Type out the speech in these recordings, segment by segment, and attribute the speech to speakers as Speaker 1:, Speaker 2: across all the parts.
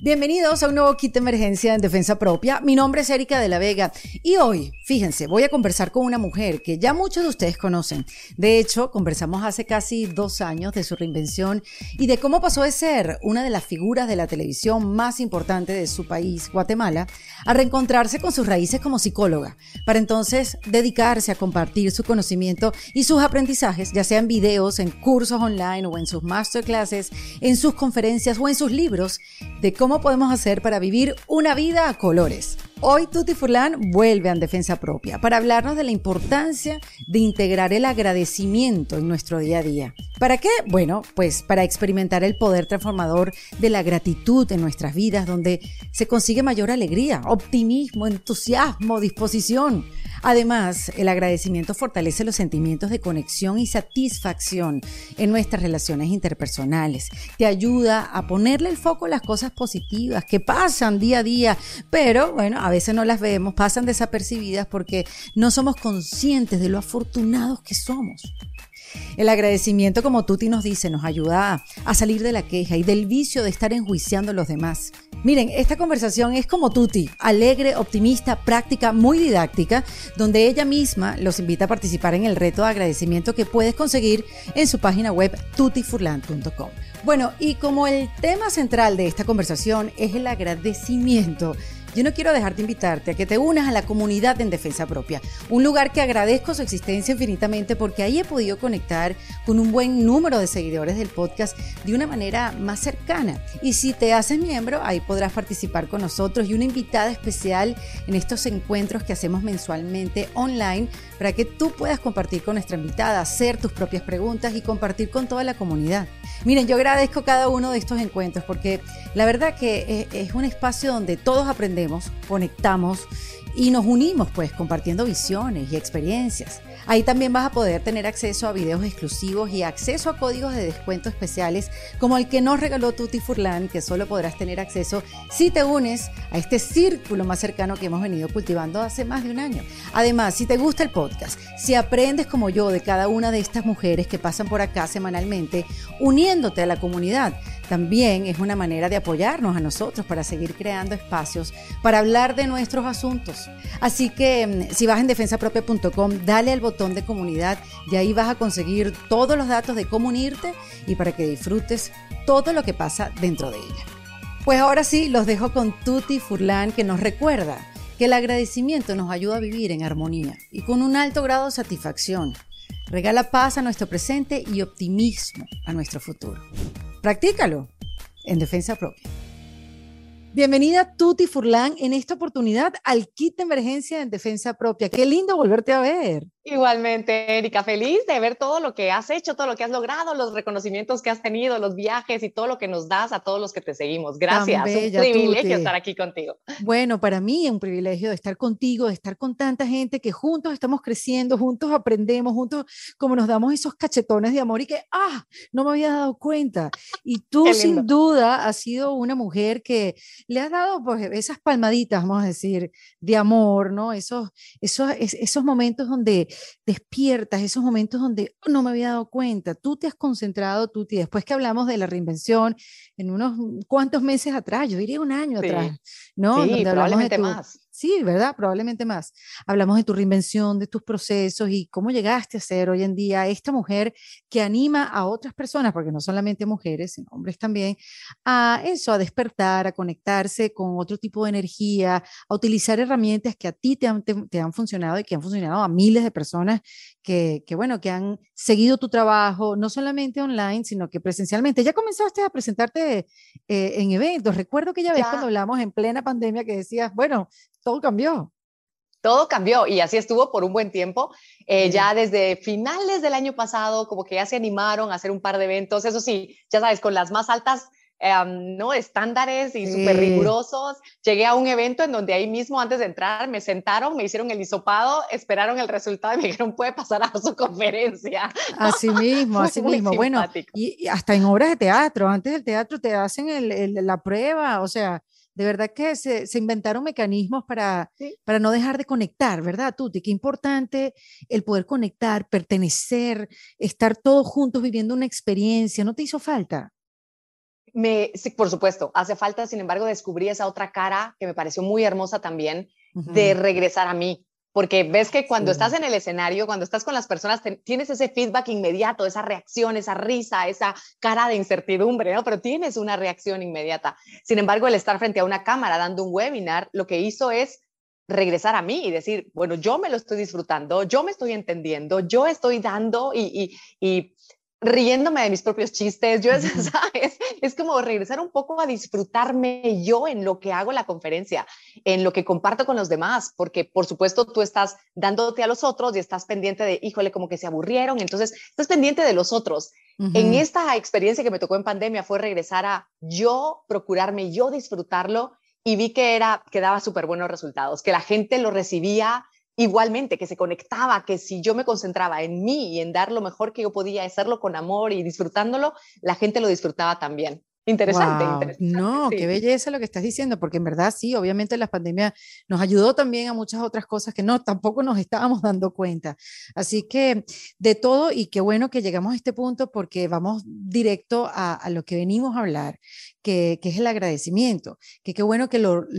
Speaker 1: Bienvenidos a un nuevo kit de emergencia en Defensa Propia. Mi nombre es Erika de la Vega y hoy, fíjense, voy a conversar con una mujer que ya muchos de ustedes conocen. De hecho, conversamos hace casi 2 años de su reinvención y de cómo pasó de ser una de las figuras de la televisión más importante de su país, Guatemala, a reencontrarse con sus raíces como psicóloga, para entonces dedicarse a compartir su conocimiento y sus aprendizajes, ya sean videos, en cursos online o en sus masterclasses, en sus conferencias o en sus libros, de cómo podemos hacer para vivir una vida a colores. Hoy Tuti Furlan vuelve a Defensa Propia para hablarnos de la importancia de integrar el agradecimiento en nuestro día a día. ¿Para qué? Bueno, pues para experimentar el poder transformador de la gratitud en nuestras vidas, donde se consigue mayor alegría, optimismo, entusiasmo, disposición. Además, el agradecimiento fortalece los sentimientos de conexión y satisfacción en nuestras relaciones interpersonales. Te ayuda a ponerle el foco a las cosas positivas que pasan día a día, pero bueno, a veces no las vemos, pasan desapercibidas porque no somos conscientes de lo afortunados que somos. El agradecimiento, como Tuti nos dice, nos ayuda a salir de la queja y del vicio de estar enjuiciando a los demás. Miren, esta conversación es como Tuti, alegre, optimista, práctica, muy didáctica, donde ella misma los invita a participar en el reto de agradecimiento que puedes conseguir en su página web tutifurlan.com. Bueno, y como el tema central de esta conversación es el agradecimiento, yo no quiero dejar de invitarte a que te unas a la comunidad en Defensa Propia, un lugar que agradezco su existencia infinitamente porque ahí he podido conectar con un buen número de seguidores del podcast de una manera más cercana. Y si te haces miembro, ahí podrás participar con nosotros y una invitada especial en estos encuentros que hacemos mensualmente online para que tú puedas compartir con nuestra invitada, hacer tus propias preguntas y compartir con toda la comunidad. Miren, yo agradezco cada uno de estos encuentros porque la verdad que es un espacio donde todos aprendemos, conectamos y nos unimos pues compartiendo visiones y experiencias. Ahí también vas a poder tener acceso a videos exclusivos y acceso a códigos de descuento especiales como el que nos regaló Tuti Furlan, que solo podrás tener acceso si te unes a este círculo más cercano que hemos venido cultivando hace más de un año. Además, si te gusta el podcast, si aprendes como yo de cada una de estas mujeres que pasan por acá semanalmente, uniéndote a la comunidad, también es una manera de apoyarnos a nosotros para seguir creando espacios para hablar de nuestros asuntos. Así que si vas en defensapropia.com, dale al botón de comunidad y ahí vas a conseguir todos los datos de cómo unirte y para que disfrutes todo lo que pasa dentro de ella. Pues ahora sí, los dejo con Tuti Furlan, que nos recuerda que el agradecimiento nos ayuda a vivir en armonía y con un alto grado de satisfacción. Regala paz a nuestro presente y optimismo a nuestro futuro. Practícalo en Defensa Propia. Bienvenida Tuti Furlan en esta oportunidad al kit de emergencia en Defensa Propia. Qué lindo volverte a ver.
Speaker 2: Igualmente, Erika, feliz de ver todo lo que has hecho, todo lo que has logrado, los reconocimientos que has tenido, los viajes y todo lo que nos das a todos los que te seguimos. Gracias,
Speaker 1: Tan bella,
Speaker 2: un privilegio
Speaker 1: Tuti.
Speaker 2: estar aquí contigo.
Speaker 1: Bueno, para mí es un privilegio de estar contigo, de estar con tanta gente que juntos estamos creciendo, juntos aprendemos, juntos como nos damos esos cachetones de amor y que, no me había dado cuenta. Y tú sin duda has sido una mujer que le has dado pues esas palmaditas, vamos a decir, de amor, ¿no? Esos momentos donde despiertas, esos momentos donde no me había dado cuenta. Tú te has concentrado, Tuti, después que hablamos de la reinvención, en unos cuantos meses atrás, yo diría un año atrás, ¿no?
Speaker 2: Sí,
Speaker 1: Donde hablamos
Speaker 2: probablemente más.
Speaker 1: Sí, ¿verdad? Probablemente más. Hablamos de tu reinvención, de tus procesos y cómo llegaste a ser hoy en día esta mujer que anima a otras personas, porque no solamente mujeres, sino hombres también, a eso, a despertar, a conectarse con otro tipo de energía, a utilizar herramientas que a ti te han funcionado y que han funcionado a miles de personas bueno, que han seguido tu trabajo, no solamente online, sino que presencialmente. Ya comenzaste a presentarte en eventos. Recuerdo que ya ves cuando hablamos en plena pandemia que decías, bueno, todo cambió.
Speaker 2: Todo cambió y así estuvo por un buen tiempo. Ya desde finales del año pasado, como que ya se animaron a hacer un par de eventos. Eso sí, ya sabes, con las más altas ¿no? estándares y súper rigurosos. Llegué a un evento en donde ahí mismo, antes de entrar, me sentaron, me hicieron el hisopado, esperaron el resultado y me dijeron, puede pasar a su conferencia.
Speaker 1: Así mismo, así mismo. Bueno, y hasta en obras de teatro, antes del teatro te hacen la prueba, o sea, de verdad que se inventaron mecanismos para no dejar de conectar, ¿verdad, Tuti? Qué importante el poder conectar, pertenecer, estar todos juntos viviendo una experiencia. ¿No te hizo falta?
Speaker 2: Sí, por supuesto, hace falta, sin embargo, descubrí esa otra cara que me pareció muy hermosa también, de
Speaker 1: Ujú.
Speaker 2: regresar a mí. Porque ves que cuando estás
Speaker 1: Sí.
Speaker 2: en el escenario, cuando estás con las personas, tienes ese feedback inmediato, esa reacción, esa risa, esa cara de incertidumbre, ¿no? Pero tienes una reacción inmediata. Sin embargo, el estar frente a una cámara dando un webinar, lo que hizo es regresar a mí y decir, bueno, yo me lo estoy disfrutando, yo me estoy entendiendo, yo estoy dando y riéndome de mis propios chistes, yo,
Speaker 1: Ujú.
Speaker 2: ¿sabes? Es como regresar un poco a disfrutarme yo en lo que hago en la conferencia, en lo que comparto con los demás, porque por supuesto tú estás dándote a los otros y estás pendiente de, híjole, como que se aburrieron, entonces estás pendiente de los otros. En
Speaker 1: Ujú.
Speaker 2: esta experiencia que me tocó en pandemia fue regresar a yo procurarme, yo disfrutarlo y vi que daba súper buenos resultados, que la gente lo recibía igualmente, que se conectaba, que si yo me concentraba en mí y en dar lo mejor que yo podía, hacerlo con amor y disfrutándolo, la gente lo disfrutaba también. Interesante,
Speaker 1: Wow,
Speaker 2: interesante,
Speaker 1: no, qué
Speaker 2: sí.
Speaker 1: belleza lo que estás diciendo, porque en verdad sí, obviamente la pandemia nos ayudó también a muchas otras cosas que no, tampoco nos estábamos dando cuenta. Así que de todo, y qué bueno que llegamos a este punto porque vamos directo a lo que venimos a hablar, que es el agradecimiento, que qué bueno que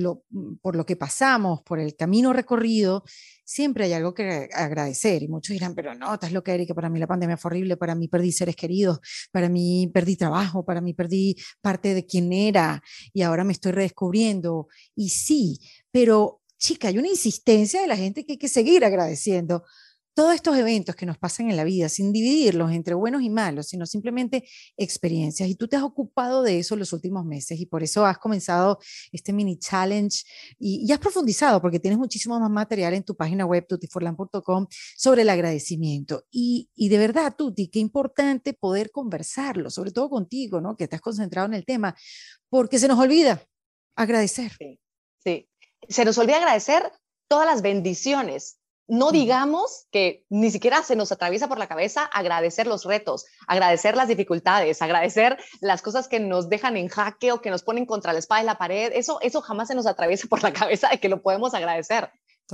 Speaker 1: por lo que pasamos, por el camino recorrido, siempre hay algo que agradecer. Y muchos dirán, pero no, estás loca, Erika, para mí la pandemia fue horrible, para mí perdí seres queridos, para mí perdí trabajo, para mí perdí parte de quién era y ahora me estoy redescubriendo. Y sí, pero chica, hay una insistencia de la gente que hay que seguir agradeciendo todos estos eventos que nos pasan en la vida, sin dividirlos entre buenos y malos, sino simplemente experiencias. Y tú te has ocupado de eso los últimos meses y por eso has comenzado este mini challenge y has profundizado porque tienes muchísimo más material en tu página web, tutiforlan.com, sobre el agradecimiento. Y de verdad, Tuti, qué importante poder conversarlo, sobre todo contigo, ¿no? Que estás concentrado en el tema, porque se nos olvida agradecer.
Speaker 2: Sí, sí. Se nos olvida agradecer todas las bendiciones. No
Speaker 1: Ujú.
Speaker 2: digamos que ni siquiera se nos atraviesa por la cabeza agradecer los retos, agradecer las dificultades, agradecer las cosas que nos dejan en jaque o que nos ponen contra la espada y la pared. Eso jamás se nos atraviesa por la cabeza de que lo podemos agradecer.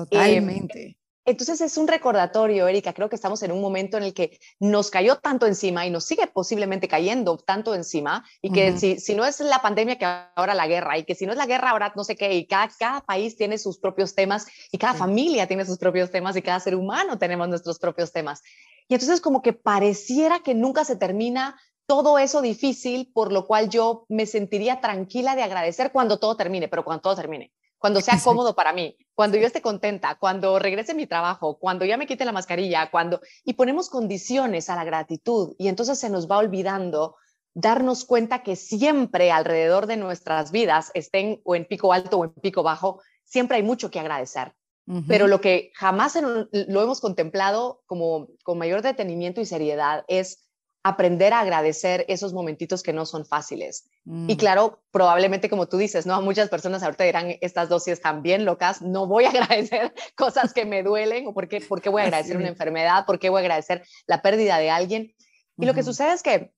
Speaker 2: Eh,
Speaker 1: Totalmente.
Speaker 2: entonces es un recordatorio, Erika, creo que estamos en un momento en el que nos cayó tanto encima y nos sigue posiblemente cayendo tanto encima y que
Speaker 1: Ujú.
Speaker 2: si no es la pandemia, que ahora la guerra y que si no es la guerra, ahora no sé qué, y cada país tiene sus propios temas y cada
Speaker 1: Sí.
Speaker 2: familia tiene sus propios temas y cada ser humano tenemos nuestros propios temas. Y entonces como que pareciera que nunca se termina todo eso difícil, por lo cual yo me sentiría tranquila de agradecer cuando todo termine, pero cuando todo termine, cuando sea
Speaker 1: Exacto.
Speaker 2: cómodo para mí, cuando yo esté contenta, cuando regrese a mi trabajo, cuando ya me quite la mascarilla, y ponemos condiciones a la gratitud y entonces se nos va olvidando darnos cuenta que siempre alrededor de nuestras vidas, estén o en pico alto o en pico bajo, siempre hay mucho que agradecer. Pero
Speaker 1: Ujú.
Speaker 2: lo que jamás lo hemos contemplado como con mayor detenimiento y seriedad es aprender a agradecer esos momentitos que no son fáciles. Y
Speaker 1: Mm.
Speaker 2: claro, probablemente como tú dices, ¿no? A muchas personas ahorita dirán, estas dos sí están bien locas, no voy a agradecer cosas que me duelen, o por qué voy a
Speaker 1: Así
Speaker 2: agradecer una
Speaker 1: es.
Speaker 2: enfermedad, por qué voy a agradecer la pérdida de alguien. Y lo que
Speaker 1: Ujú.
Speaker 2: sucede es que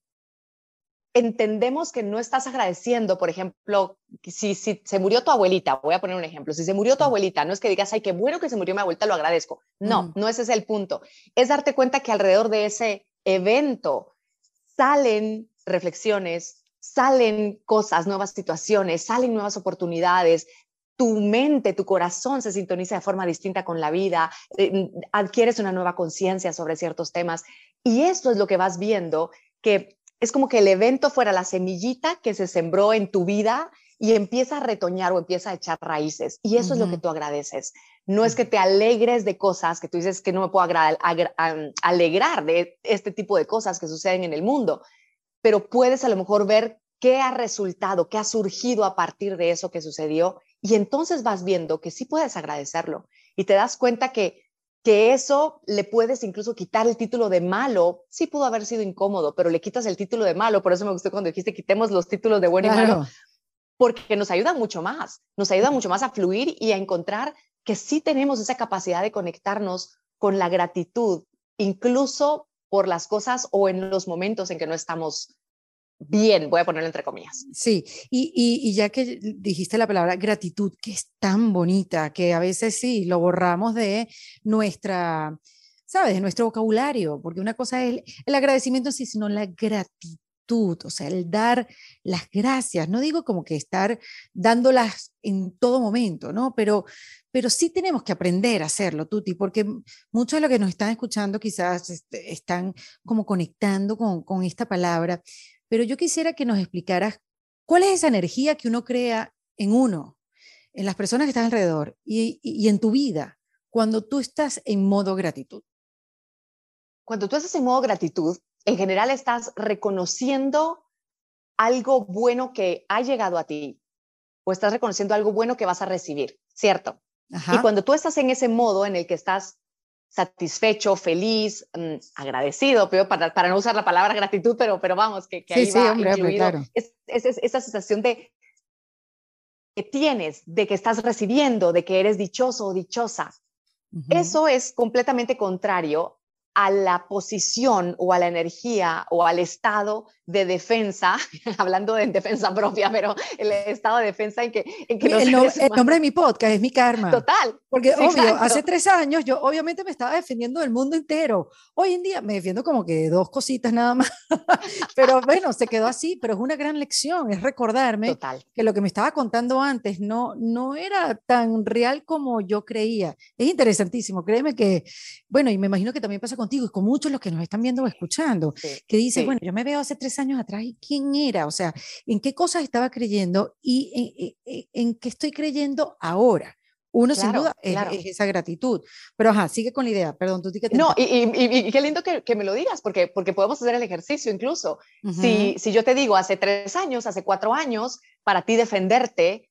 Speaker 2: entendemos que no estás agradeciendo, por ejemplo, si se murió tu abuelita, voy a poner un ejemplo, si se murió tu
Speaker 1: Sí.
Speaker 2: abuelita, no es que digas, ay, qué bueno que se murió mi abuelita, lo agradezco. No,
Speaker 1: Ujú.
Speaker 2: no ese es el punto. Es darte cuenta que alrededor de ese evento salen reflexiones, salen cosas, nuevas situaciones, salen nuevas oportunidades, tu mente, tu corazón se sintoniza de forma distinta con la vida, adquieres una nueva conciencia sobre ciertos temas y esto es lo que vas viendo, que es como que el evento fuera la semillita que se sembró en tu vida y empieza a retoñar o empieza a echar raíces. Y eso es lo que
Speaker 1: Ujú.
Speaker 2: tú agradeces. No es que
Speaker 1: Ujú.
Speaker 2: te alegres de cosas que tú dices que no me puedo alegrar de este tipo de cosas que suceden en el mundo, pero puedes a lo mejor ver qué ha resultado, qué ha surgido a partir de eso que sucedió y entonces vas viendo que sí puedes agradecerlo y te das cuenta que eso le puedes incluso quitar el título de malo. Sí pudo haber sido incómodo, pero le quitas el título de malo. Por eso me gustó cuando dijiste quitemos los títulos de bueno y malo,
Speaker 1: Claro.
Speaker 2: porque nos ayuda mucho más a fluir y a encontrar que sí tenemos esa capacidad de conectarnos con la gratitud, incluso por las cosas o en los momentos en que no estamos bien, voy a ponerlo entre comillas.
Speaker 1: Sí, y ya que dijiste la palabra gratitud, que es tan bonita, que a veces sí, lo borramos de nuestra, ¿sabes? De nuestro vocabulario, porque una cosa es el agradecimiento en sí, sino la gratitud. gratitud, o sea, el dar las gracias. No digo como que estar dándolas en todo momento, ¿no? Pero sí tenemos que aprender a hacerlo, Tuti, porque muchos de los que nos están escuchando quizás están como conectando con esta palabra, pero yo quisiera que nos explicaras cuál es esa energía que uno crea en uno, en las personas que están alrededor y en tu vida, cuando tú estás en modo gratitud.
Speaker 2: Cuando tú estás en modo gratitud, en general estás reconociendo algo bueno que ha llegado a ti o estás reconociendo algo bueno que vas a recibir, ¿cierto? Y
Speaker 1: Ajá.
Speaker 2: cuando tú estás en ese modo en el que estás satisfecho, feliz, agradecido, pero para no usar la palabra gratitud, pero vamos, que
Speaker 1: Sí,
Speaker 2: ahí
Speaker 1: sí,
Speaker 2: va
Speaker 1: hombre, hombre,
Speaker 2: incluido
Speaker 1: claro.
Speaker 2: esa sensación de que tienes, de que estás recibiendo, de que eres dichoso o dichosa.
Speaker 1: Ujú.
Speaker 2: Eso es completamente contrario a la posición o a la energía o al estado de defensa, hablando de defensa propia, pero el estado de defensa en que los seres
Speaker 1: El nombre
Speaker 2: humanos,
Speaker 1: de mi podcast es Mi Karma.
Speaker 2: total,
Speaker 1: Porque
Speaker 2: sí,
Speaker 1: obvio, hace
Speaker 2: exacto,
Speaker 1: 3 años yo obviamente me estaba defendiendo del mundo entero. Hoy en día me defiendo como que dos cositas nada más. Pero bueno, se quedó así, pero es una gran lección, es recordarme
Speaker 2: total.
Speaker 1: que lo que me estaba contando antes no era tan real como yo creía. Es interesantísimo, créeme que, bueno, y me imagino que también pasa contigo y con muchos los que nos están viendo o escuchando,
Speaker 2: Sí,
Speaker 1: que dices, bueno,
Speaker 2: sí,
Speaker 1: yo me veo hace 3 años atrás y quién era, o sea, en qué cosas estaba creyendo y en qué estoy creyendo ahora. Uno sin duda
Speaker 2: claro, claro.
Speaker 1: es esa gratitud. Pero ajá, sigue con la idea, perdón, tú di que te
Speaker 2: No,
Speaker 1: interrumpí.
Speaker 2: y qué lindo que me lo digas, porque podemos hacer el ejercicio incluso.
Speaker 1: Ujú.
Speaker 2: Si yo te digo hace 3 años, hace 4 años, para ti defenderte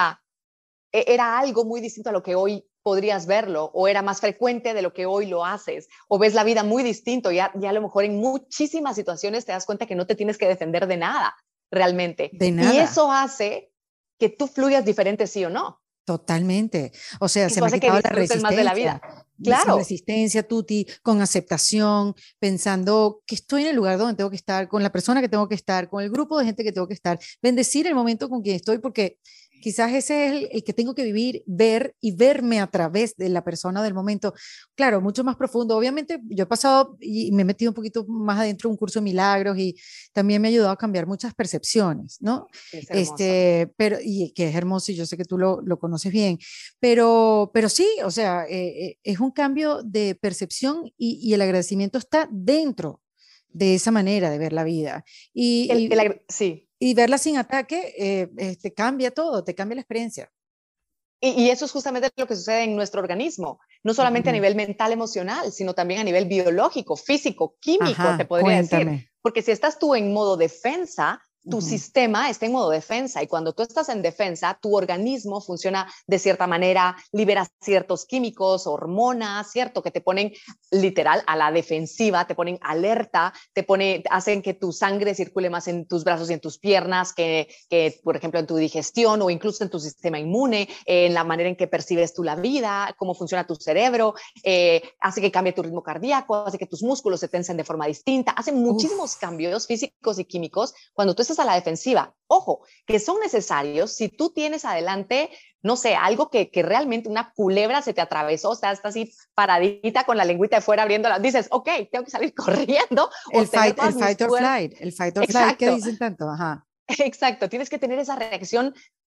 Speaker 2: era algo muy distinto a lo que hoy podrías verlo, o era más frecuente de lo que hoy lo haces, o ves la vida muy distinto, ya a lo mejor en muchísimas situaciones te das cuenta que no te tienes que defender de nada, realmente.
Speaker 1: De
Speaker 2: Y
Speaker 1: nada.
Speaker 2: eso hace que tú fluyas diferente, sí o no.
Speaker 1: Totalmente. O sea, se
Speaker 2: Eso
Speaker 1: me ha
Speaker 2: hace que
Speaker 1: quitado la
Speaker 2: disfrutes más de la
Speaker 1: resistencia,
Speaker 2: vida.
Speaker 1: sin
Speaker 2: Claro,
Speaker 1: resistencia, Tuti, con aceptación, pensando que estoy en el lugar donde tengo que estar, con la persona que tengo que estar, con el grupo de gente que tengo que estar, bendecir el momento con quien estoy, porque quizás ese es el que tengo que vivir, ver y verme a través de la persona del momento. Claro, mucho más profundo. Obviamente, yo he pasado y me he metido un poquito más adentro de un curso de milagros y también me ha ayudado a cambiar muchas percepciones, ¿no?
Speaker 2: es hermoso.
Speaker 1: Pero, y que es hermoso y yo sé que tú lo conoces bien, pero sí, o sea, es un cambio de percepción y el agradecimiento está dentro de esa manera de ver la vida. Y,
Speaker 2: Sí.
Speaker 1: y verla sin ataque cambia todo, te cambia la experiencia.
Speaker 2: Y eso es justamente lo que sucede en nuestro organismo, no solamente a
Speaker 1: Ujú.
Speaker 2: nivel mental, emocional, sino también a nivel biológico, físico, químico, te
Speaker 1: Ajá,
Speaker 2: podría decir.
Speaker 1: cuéntame.
Speaker 2: Porque si estás tú en modo defensa, tu
Speaker 1: Ujú.
Speaker 2: sistema está en modo defensa y cuando tú estás en defensa, tu organismo funciona de cierta manera, libera ciertos químicos, hormonas, ¿cierto? Que te ponen literal a la defensiva, te ponen alerta, hacen que tu sangre circule más en tus brazos y en tus piernas, por ejemplo, en tu digestión o incluso en tu sistema inmune, en la manera en que percibes tú la vida, cómo funciona tu cerebro, hace que cambie tu ritmo cardíaco, hace que tus músculos se tensen de forma distinta, hace muchísimos
Speaker 1: Uf,
Speaker 2: cambios físicos y químicos cuando tú estás a la defensiva. Ojo, que son necesarios si tú tienes adelante, no sé, algo que realmente una culebra se te atravesó, o sea, está así paradita con la lengüita de fuera abriéndola, dices, ok, tengo que salir corriendo o tener
Speaker 1: el
Speaker 2: todas mis
Speaker 1: fight or
Speaker 2: fuerzas.
Speaker 1: flight, el fight or flight que
Speaker 2: Exacto,
Speaker 1: dicen tanto, ajá.
Speaker 2: exacto, tienes que tener esa reacción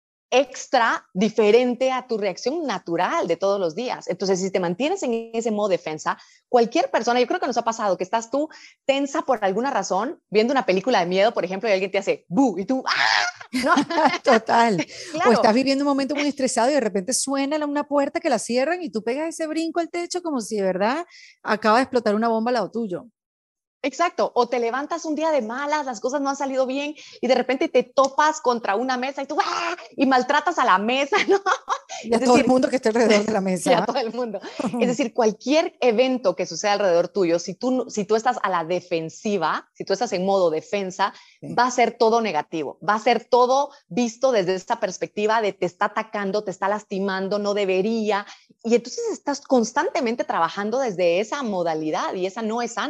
Speaker 2: extra diferente a tu reacción natural de todos los días. Entonces, si te mantienes en ese modo defensa, cualquier persona, yo creo que nos ha pasado que estás tú tensa por alguna razón, viendo una película de miedo, por ejemplo, y alguien te hace ¡bu! Y tú ¡ah! ¿No?
Speaker 1: Total. O
Speaker 2: Claro,
Speaker 1: estás viviendo un momento muy estresado y de repente suena una puerta que la cierran y tú pegas ese brinco al techo como si de verdad acaba de explotar una bomba al lado tuyo.
Speaker 2: exacto. O te levantas un día de malas, las cosas no han salido bien y de repente te topas contra una mesa y tú ¡ah! Y maltratas a la mesa, ¿no?
Speaker 1: Y a
Speaker 2: Es
Speaker 1: todo el
Speaker 2: decir,
Speaker 1: mundo que esté alrededor de la
Speaker 2: y a
Speaker 1: mesa.
Speaker 2: todo el mundo. Es decir, cualquier evento que suceda alrededor tuyo, si tú estás a la defensiva, si tú estás en modo defensa,
Speaker 1: Sí.
Speaker 2: va a ser todo negativo, va a ser todo visto desde esta perspectiva de te está atacando, te está lastimando, no debería. Y entonces estás constantemente trabajando desde esa modalidad y esa no es sana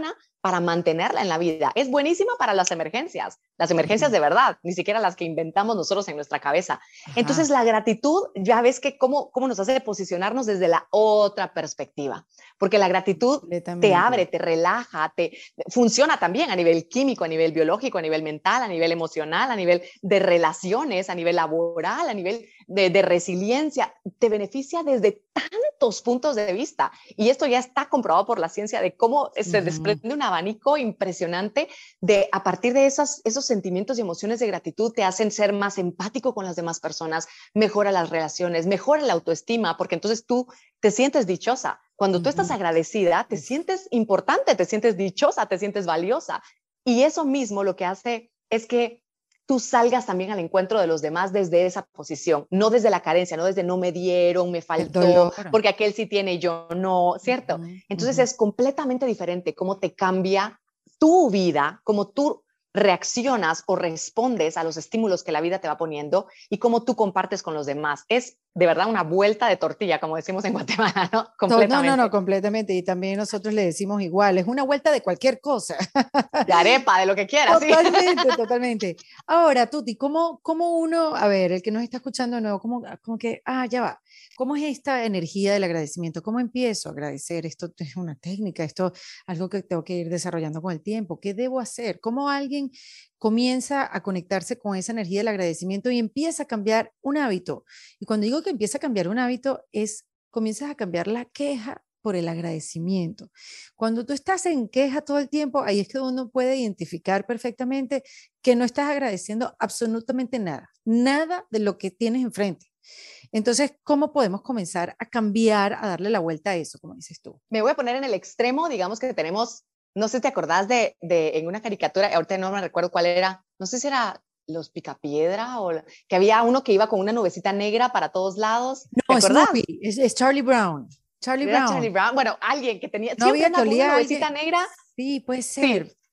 Speaker 2: para mantenerla en la vida. Es buenísima para las emergencias de verdad, ni siquiera las que inventamos nosotros en nuestra cabeza.
Speaker 1: Ajá.
Speaker 2: Entonces la gratitud, ya ves que cómo nos hace posicionarnos desde la otra perspectiva, porque la gratitud te abre, te relaja, funciona también a nivel químico, a nivel biológico, a nivel mental, a nivel emocional, a nivel de relaciones, a nivel laboral, a nivel de resiliencia, te beneficia desde tantos puntos de vista. Y esto ya está comprobado por la ciencia de cómo se desprende un abanico impresionante de, a partir de esos sentimientos y emociones de gratitud, te hacen ser más empático con las demás personas, mejora las relaciones, mejora la autoestima, porque entonces tú te sientes dichosa. Cuando tú estás agradecida, te sientes importante, te sientes dichosa, te sientes valiosa. Y eso mismo lo que hace es que tú salgas también al encuentro de los demás desde esa posición, no desde la carencia, no desde no me dieron, me faltó, porque aquel sí tiene y yo no, ¿cierto? Entonces es completamente diferente cómo te cambia tu vida, cómo tú reaccionas o respondes a los estímulos que la vida te va poniendo y cómo tú compartes con los demás. Es de verdad una vuelta de tortilla, como decimos en Guatemala, ¿no?
Speaker 1: Completamente. No, completamente. Y también nosotros le decimos igual, es una vuelta de cualquier cosa.
Speaker 2: De arepa, de lo que quieras.
Speaker 1: Totalmente, ¿sí? Totalmente. Ahora, Tuti, ¿cómo uno, a ver, el que nos está escuchando de nuevo, como que, ya va, ¿cómo es esta energía del agradecimiento? ¿Cómo empiezo a agradecer? ¿Esto es una técnica? ¿Esto algo que tengo que ir desarrollando con el tiempo? ¿Qué debo hacer? ¿Cómo alguien comienza a conectarse con esa energía del agradecimiento y empieza a cambiar un hábito? Y cuando digo que empieza a cambiar un hábito, comienzas a cambiar la queja por el agradecimiento. Cuando tú estás en queja todo el tiempo, ahí es que uno puede identificar perfectamente que no estás agradeciendo absolutamente nada, nada de lo que tienes enfrente. Entonces, ¿cómo podemos comenzar a cambiar, a darle la vuelta a eso, como dices tú?
Speaker 2: Me voy a poner en el extremo, digamos que tenemos, no sé si te acordás de en una caricatura, ahorita no me recuerdo cuál era, no sé si era Los Picapiedra o que había uno que iba con una nubecita negra para todos lados.
Speaker 1: No, es Snoopy, es Charlie Brown.
Speaker 2: Charlie Brown. Bueno, alguien que tenía
Speaker 1: no
Speaker 2: siempre
Speaker 1: una
Speaker 2: nubecita negra.
Speaker 1: Sí, puede ser. Sí.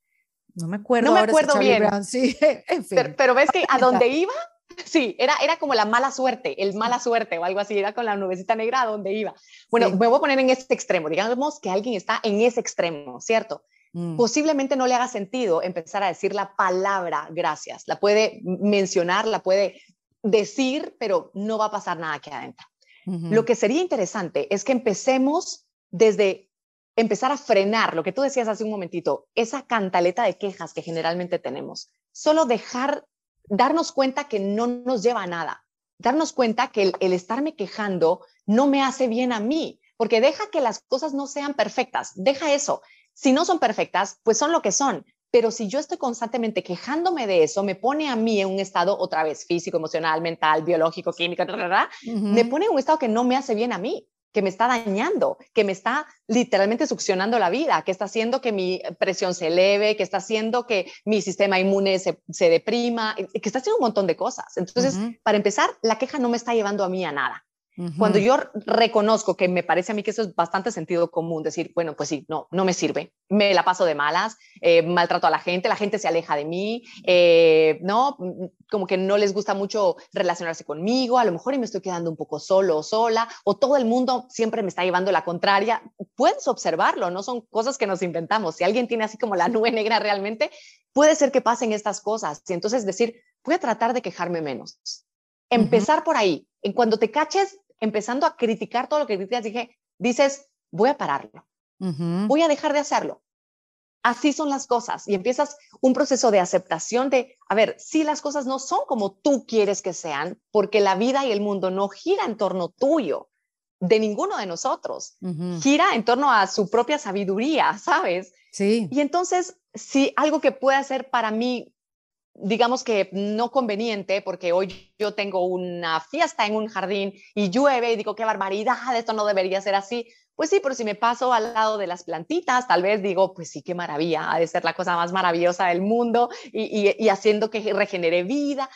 Speaker 1: No me acuerdo,
Speaker 2: no me acuerdo
Speaker 1: Charlie
Speaker 2: bien.
Speaker 1: Brown, sí, en fin.
Speaker 2: Pero ves que a donde iba, sí, era como la mala suerte, el mala suerte o algo así, era con la nubecita negra a donde iba. Bueno, sí. Me voy a poner en este extremo, digamos que alguien está en ese extremo, ¿cierto? Posiblemente no le haga sentido empezar a decir la palabra gracias. La puede mencionar, la puede decir, pero no va a pasar nada aquí adentro. Lo que sería interesante es que empecemos desde empezar a frenar, lo que tú decías hace un momentito, esa cantaleta de quejas que generalmente tenemos. Solo darnos cuenta que no nos lleva a nada. Darnos cuenta que el estarme quejando no me hace bien a mí, porque deja que las cosas no sean perfectas. Deja eso. Si no son perfectas, pues son lo que son. Pero si yo estoy constantemente quejándome de eso, me pone a mí en un estado otra vez físico, emocional, mental, biológico, químico, me pone en un estado que no me hace bien a mí, que me está dañando, que me está literalmente succionando la vida, que está haciendo que mi presión se eleve, que está haciendo que mi sistema inmune se deprima, que está haciendo un montón de cosas. Entonces, para empezar, la queja no me está llevando a mí a nada. Cuando yo reconozco que me parece a mí que eso es bastante sentido común, decir, bueno, pues sí, no me sirve, me la paso de malas, maltrato a la gente se aleja de mí, no, como que no les gusta mucho relacionarse conmigo, a lo mejor y me estoy quedando un poco solo o sola, o todo el mundo siempre me está llevando la contraria. Puedes observarlo, no son cosas que nos inventamos. Si alguien tiene así como la nube negra realmente, puede ser que pasen estas cosas. Y entonces decir, voy a tratar de quejarme menos. Empezar por ahí. En cuando te caches empezando a criticar todo lo que criticas, dices, voy a pararlo, voy a dejar de hacerlo. Así son las cosas y empiezas un proceso de aceptación de, a ver, si las cosas no son como tú quieres que sean, porque la vida y el mundo no gira en torno tuyo, de ninguno de nosotros, gira en torno a su propia sabiduría, ¿sabes?
Speaker 1: Sí.
Speaker 2: Y entonces, si algo que pueda ser para mí, digamos que no conveniente, porque hoy yo tengo una fiesta en un jardín y llueve y digo, qué barbaridad, esto no debería ser así. Pues sí, pero si me paso al lado de las plantitas, tal vez digo, pues sí, qué maravilla, ha de ser la cosa más maravillosa del mundo y haciendo que regenere vida.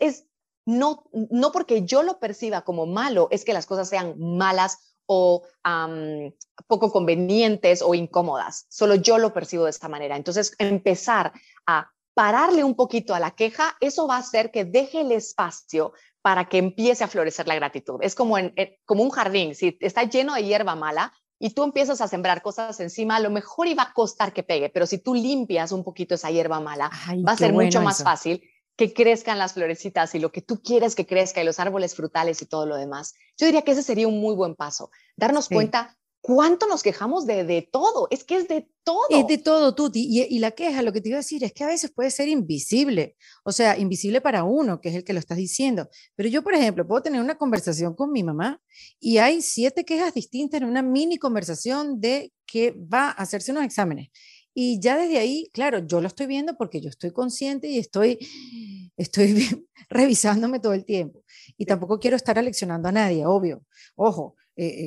Speaker 2: No porque yo lo perciba como malo, es que las cosas sean malas o poco convenientes o incómodas. Solo yo lo percibo de esta manera. Entonces, empezar a pararle un poquito a la queja, eso va a hacer que deje el espacio para que empiece a florecer la gratitud. Es como un jardín, si está lleno de hierba mala, y tú empiezas a sembrar cosas encima, a lo mejor iba a costar que pegue, pero si tú limpias un poquito esa hierba mala,
Speaker 1: Ay,
Speaker 2: va a
Speaker 1: qué
Speaker 2: ser mucho
Speaker 1: bueno
Speaker 2: más
Speaker 1: eso.
Speaker 2: fácil que crezcan las florecitas y lo que tú quieres que crezca y los árboles frutales y todo lo demás. Yo diría que ese sería un muy buen paso, darnos
Speaker 1: Sí.
Speaker 2: cuenta cuánto nos quejamos de todo, es que es de
Speaker 1: Es de
Speaker 2: todo.
Speaker 1: todo, Tuti. Y la queja, lo que te iba a decir es que a veces puede ser invisible, o sea, invisible para uno, que es el que lo estás diciendo. Pero yo, por ejemplo, puedo tener una conversación con mi mamá y hay 7 quejas distintas en una mini conversación de que va a hacerse unos exámenes. Y ya desde ahí, claro, yo lo estoy viendo porque yo estoy consciente y estoy revisándome todo el tiempo. Y
Speaker 2: Sí.
Speaker 1: tampoco quiero estar aleccionando a nadie, obvio. Ojo,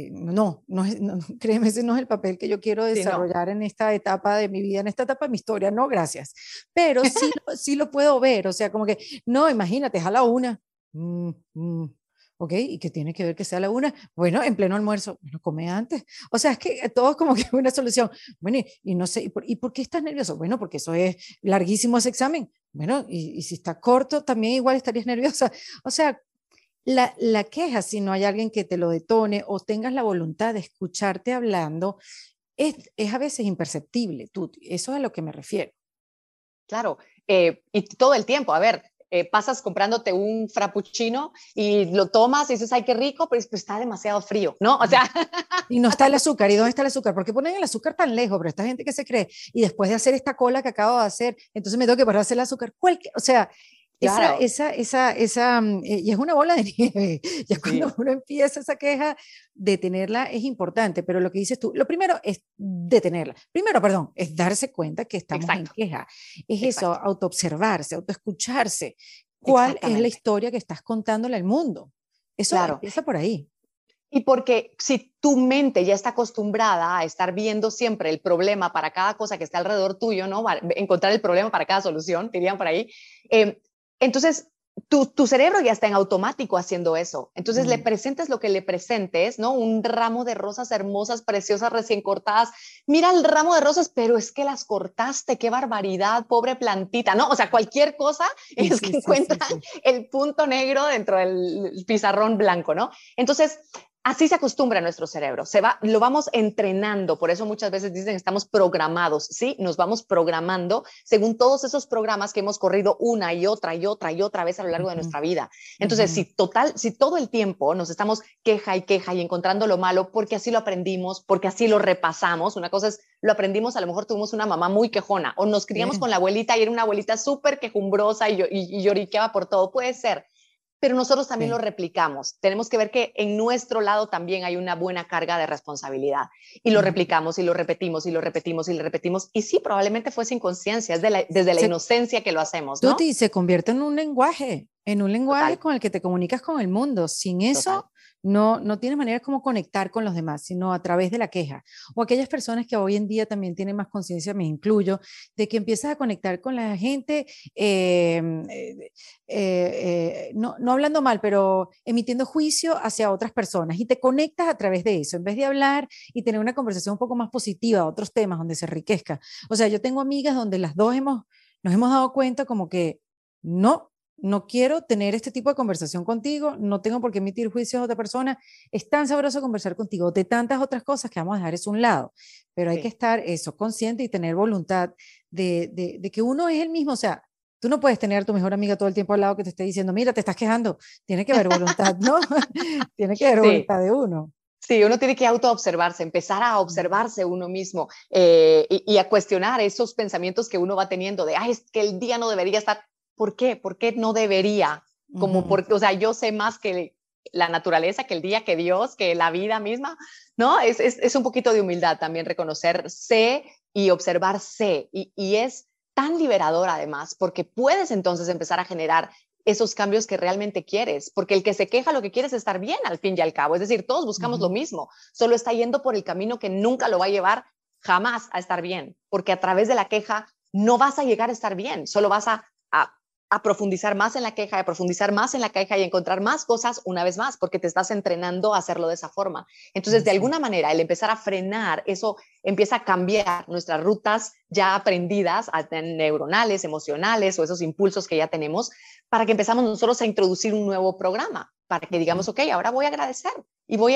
Speaker 1: no, créeme, ese no es el papel que yo quiero
Speaker 2: Sí, no.
Speaker 1: desarrollar en esta etapa de mi vida, en esta etapa de mi historia, no, gracias. Pero sí lo puedo ver, o sea, como que, no, imagínate, es a la una. Mm, mm, ok, ¿y qué tiene que ver que sea a la una? Bueno, en pleno almuerzo, bueno, come antes. O sea, es que todo es como que una solución. Bueno, y no sé, ¿y por qué estás nervioso? Bueno, porque eso es larguísimo ese examen. Bueno, y si está corto, también igual estarías nerviosa. O sea, la queja, si no hay alguien que te lo detone o tengas la voluntad de escucharte hablando, es a veces imperceptible. Eso es a lo que me refiero.
Speaker 2: Claro, y todo el tiempo, a ver, pasas comprándote un frappuccino y lo tomas y dices, ay, qué rico, pero pues, está demasiado frío, ¿no? O sea,
Speaker 1: Y no está el azúcar. ¿Y dónde está el azúcar? ¿Por qué ponen el azúcar tan lejos? Pero esta gente que se cree. Y después de hacer esta cola que acabo de hacer, entonces me tengo que parar a hacer el azúcar. O sea,
Speaker 2: claro,
Speaker 1: y es una bola de nieve. Ya cuando
Speaker 2: sí,
Speaker 1: uno empieza esa queja, detenerla es importante. Pero lo que dices tú, lo primero es detenerla. Primero, perdón, es darse cuenta que estamos en
Speaker 2: exacto,
Speaker 1: queja. Es eso,
Speaker 2: exacto,
Speaker 1: autoobservarse, autoescucharse. ¿Cuál es la
Speaker 2: exactamente,
Speaker 1: historia que estás contándole al mundo? Eso
Speaker 2: claro.
Speaker 1: empieza por ahí.
Speaker 2: Y porque si tu mente ya está acostumbrada a estar viendo siempre el problema para cada cosa que está alrededor tuyo, ¿no? Encontrar el problema para cada solución, dirían por ahí. Eh, entonces, tu cerebro ya está en automático haciendo eso. Entonces, le
Speaker 1: Mm.
Speaker 2: presentes lo que le presentes, ¿no? Un ramo de rosas hermosas, preciosas, recién cortadas. Mira el ramo de rosas, pero es que las cortaste, qué barbaridad, pobre plantita, ¿no? O sea, cualquier cosa
Speaker 1: Sí,
Speaker 2: es
Speaker 1: sí,
Speaker 2: que
Speaker 1: sí, sí,
Speaker 2: encuentran
Speaker 1: sí.
Speaker 2: el punto negro dentro del pizarrón blanco, ¿no? Entonces, así se acostumbra nuestro cerebro, lo vamos entrenando, por eso muchas veces dicen que estamos programados, ¿sí? Nos vamos programando según todos esos programas que hemos corrido una y otra y otra y otra vez a lo largo de
Speaker 1: Ujú,
Speaker 2: nuestra vida. Entonces,
Speaker 1: ujú.
Speaker 2: si todo el tiempo nos estamos queja y encontrando lo malo, porque así lo aprendimos, porque así lo repasamos, una cosa es, lo aprendimos, a lo mejor tuvimos una mamá muy quejona, o nos criamos
Speaker 1: Sí,
Speaker 2: con la abuelita y era una abuelita súper quejumbrosa y lloriqueaba por todo, puede ser, pero nosotros también lo
Speaker 1: sí.
Speaker 2: replicamos. Tenemos que ver que en nuestro lado también hay una buena carga de responsabilidad y lo
Speaker 1: Ujú.
Speaker 2: replicamos y lo repetimos y lo repetimos y lo repetimos. Y sí, probablemente fue sin conciencia, es desde la
Speaker 1: Se,
Speaker 2: inocencia que lo hacemos, ¿no?
Speaker 1: Tuti, se convierte en un lenguaje
Speaker 2: Total,
Speaker 1: con el que te comunicas con el mundo. Sin eso,
Speaker 2: total.
Speaker 1: no tienes manera como conectar con los demás, sino a través de la queja. O aquellas personas que hoy en día también tienen más conciencia, me incluyo, de que empiezas a conectar con la gente, no hablando mal, pero emitiendo juicio hacia otras personas y te conectas a través de eso, en vez de hablar y tener una conversación un poco más positiva, otros temas donde se enriquezca. O sea, yo tengo amigas donde las dos nos hemos dado cuenta como que no quiero tener este tipo de conversación contigo, no tengo por qué emitir juicios a otra persona, es tan sabroso conversar contigo de tantas otras cosas que vamos a dejar eso a un lado, pero hay que
Speaker 2: Sí.
Speaker 1: estar eso, consciente y tener voluntad de que uno es el mismo, o sea, tú no puedes tener a tu mejor amiga todo el tiempo al lado que te esté diciendo, mira, te estás quejando, tiene que haber voluntad, ¿no? Tiene que haber
Speaker 2: Sí,
Speaker 1: voluntad de uno.
Speaker 2: sí, uno tiene que autoobservarse, empezar a
Speaker 1: Ujú,
Speaker 2: observarse uno mismo y a cuestionar esos pensamientos que uno va teniendo de, ay, es que el día no debería estar. ¿Por qué? ¿Por qué no debería? Como
Speaker 1: ujú.
Speaker 2: porque, o sea, yo sé más que la naturaleza, que el día, que Dios, que la vida misma, ¿no? Es un poquito de humildad también reconocerse y observarse y es tan liberador además, porque puedes entonces empezar a generar esos cambios que realmente quieres, porque el que se queja lo que quiere es estar bien al fin y al cabo, es decir, todos buscamos lo
Speaker 1: Ujú.
Speaker 2: mismo, solo está yendo por el camino que nunca lo va a llevar jamás a estar bien, porque a través de la queja no vas a llegar a estar bien, solo vas a profundizar más en la queja, a profundizar más en la queja y encontrar más cosas una vez más, porque te estás entrenando a hacerlo de esa forma. Entonces, de
Speaker 1: Así es.
Speaker 2: alguna manera, el empezar a frenar, eso empieza a cambiar nuestras rutas ya aprendidas, neuronales, emocionales o esos impulsos que ya tenemos, para que empezamos nosotros a introducir un nuevo programa, para que digamos,
Speaker 1: Ujú.
Speaker 2: ok, ahora voy a agradecer y voy a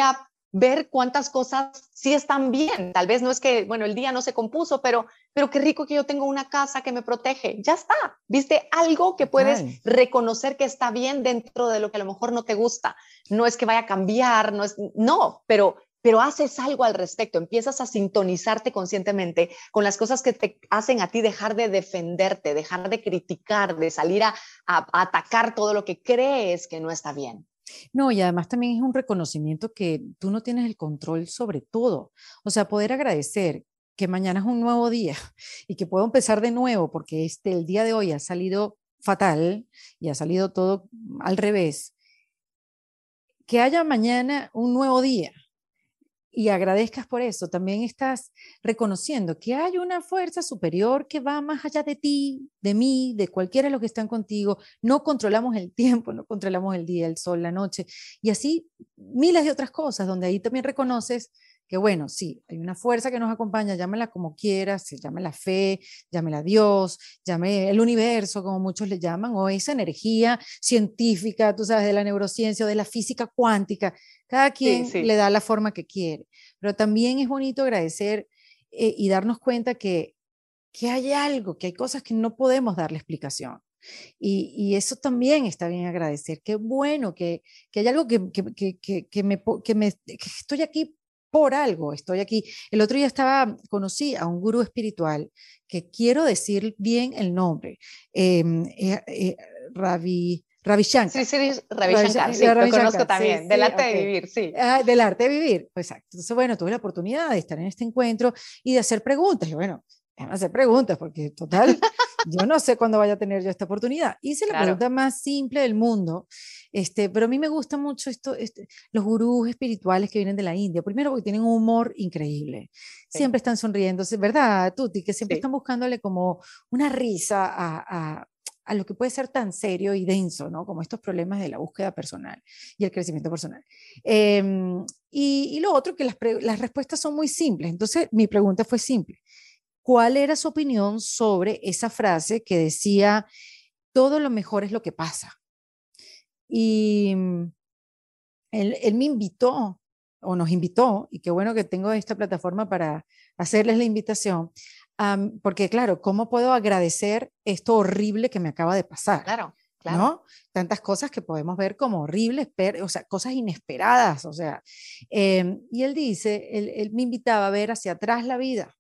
Speaker 2: ver cuántas cosas sí están bien. Tal vez no es que, bueno, el día no se compuso, pero qué rico que yo tengo una casa que me protege. Ya está. ¿Viste algo que puedes reconocer que está bien dentro de lo que a lo mejor no te gusta? No es que vaya a cambiar, no, pero haces algo al respecto, empiezas a sintonizarte conscientemente con las cosas que te hacen a ti dejar de defenderte, dejar de criticar, de salir a atacar todo lo que crees que no está bien.
Speaker 1: No, y además también es un reconocimiento que tú no tienes el control sobre todo. O sea, poder agradecer que mañana es un nuevo día y que puedo empezar de nuevo porque el día de hoy ha salido fatal y ha salido todo al revés. Que haya mañana un nuevo día y agradezcas por eso, también estás reconociendo que hay una fuerza superior que va más allá de ti, de mí, de cualquiera de los que están contigo. No controlamos el tiempo, no controlamos el día, el sol, la noche, y así miles de otras cosas, donde ahí también reconoces que, bueno, sí, hay una fuerza que nos acompaña, llámala como quieras, se llame la fe, llámela Dios, llame el universo, como muchos le llaman, o esa energía científica, tú sabes, de la neurociencia o de la física cuántica. Cada quien le da la forma que quiere, pero también es bonito agradecer y darnos cuenta que hay algo, que hay cosas que no podemos darle explicación. Y eso también está bien agradecer. Qué bueno que hay algo que estoy aquí por algo, estoy aquí. El otro día conocí a un gurú espiritual, que quiero decir bien el nombre, Ravi Shankar.
Speaker 2: Sí, Ravi Shankar, sí, lo conozco también, del arte de vivir, sí.
Speaker 1: Del arte de vivir, pues exacto. Entonces, bueno, tuve la oportunidad de estar en este encuentro y de hacer preguntas. Y bueno, déjame hacer preguntas porque total, yo no sé cuándo vaya a tener yo esta oportunidad. Hice la pregunta más simple del mundo, pero a mí me gusta mucho los gurús espirituales que vienen de la India. Primero porque tienen un humor increíble. Siempre están sonriendo, ¿verdad, Tuti? Que siempre están buscándole como una risa a lo que puede ser tan serio y denso, ¿no? Como estos problemas de la búsqueda personal y el crecimiento personal. Y lo otro, que las respuestas son muy simples. Entonces, mi pregunta fue simple. ¿Cuál era su opinión sobre esa frase que decía, todo lo mejor es lo que pasa? Y él me invitó, o nos invitó, y qué bueno que tengo esta plataforma para hacerles la invitación, porque claro, ¿cómo puedo agradecer esto horrible que me acaba de pasar?
Speaker 2: Claro.
Speaker 1: ¿No? Tantas cosas que podemos ver como horribles, o sea, cosas inesperadas, o sea. Y él dice, él me invitaba a ver hacia atrás la vida.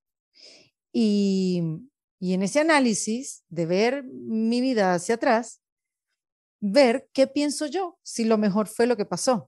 Speaker 1: Y en ese análisis de ver mi vida hacia atrás, ver qué pienso yo, si lo mejor fue lo que pasó.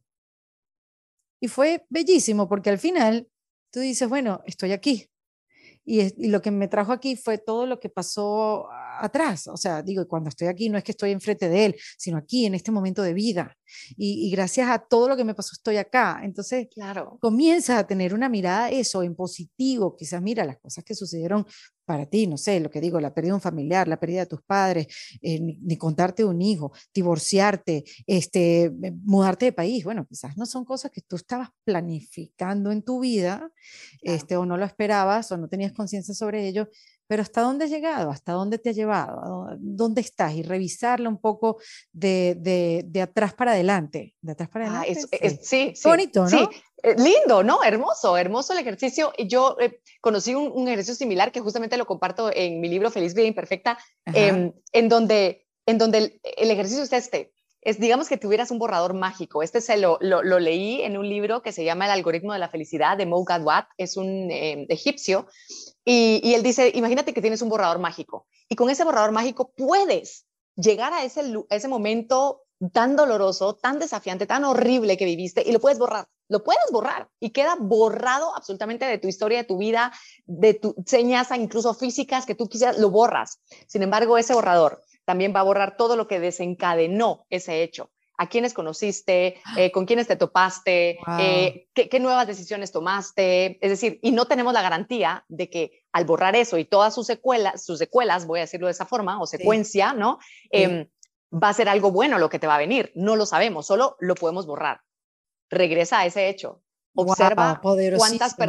Speaker 1: Y fue bellísimo, porque al final tú dices, bueno, estoy aquí. Y lo que me trajo aquí fue todo lo que pasó atrás. O sea, digo, cuando estoy aquí no es que estoy enfrente de él, sino aquí, en este momento de vida. Y gracias a todo lo que me pasó estoy acá. Entonces, comienzas a tener una mirada, eso, en positivo. Quizás, mira, las cosas que sucedieron para ti, no sé, lo que digo, la pérdida de un familiar, la pérdida de tus padres, ni contarte un hijo, divorciarte, mudarte de país. Bueno, quizás no son cosas que tú estabas planificando en tu vida, o no lo esperabas, o no tenías conciencia sobre ello, pero ¿hasta dónde has llegado? ¿Hasta dónde te ha llevado? ¿Dónde estás? Y revisarlo un poco de atrás para adelante. De atrás para adelante.
Speaker 2: Sí.
Speaker 1: Bonito, ¿no?
Speaker 2: Sí, lindo, ¿no? Hermoso, hermoso el ejercicio. Yo conocí un ejercicio similar que justamente lo comparto en mi libro Feliz Vida Imperfecta, en donde el ejercicio es digamos que tuvieras un borrador mágico. Lo leí en un libro que se llama El algoritmo de la felicidad de Mo Gawdat, es un egipcio, y él dice, imagínate que tienes un borrador mágico y con ese borrador mágico puedes llegar a ese momento tan doloroso, tan desafiante, tan horrible que viviste y lo puedes borrar y queda borrado absolutamente de tu historia, de tu vida, de tus señas, incluso físicas que tú quisieras, lo borras. Sin embargo, ese borrador también va a borrar todo lo que desencadenó ese hecho. ¿A quiénes conociste? ¿Con quiénes te topaste?
Speaker 1: Wow.
Speaker 2: ¿Qué nuevas decisiones tomaste? Es decir, y no tenemos la garantía de que al borrar eso y todas sus secuelas, voy a decirlo de esa forma, o secuencia, sí. ¿No? Va a ser algo bueno lo que te va a venir. No lo sabemos, solo lo podemos borrar. Regresa a ese hecho. Observa cuántas personas...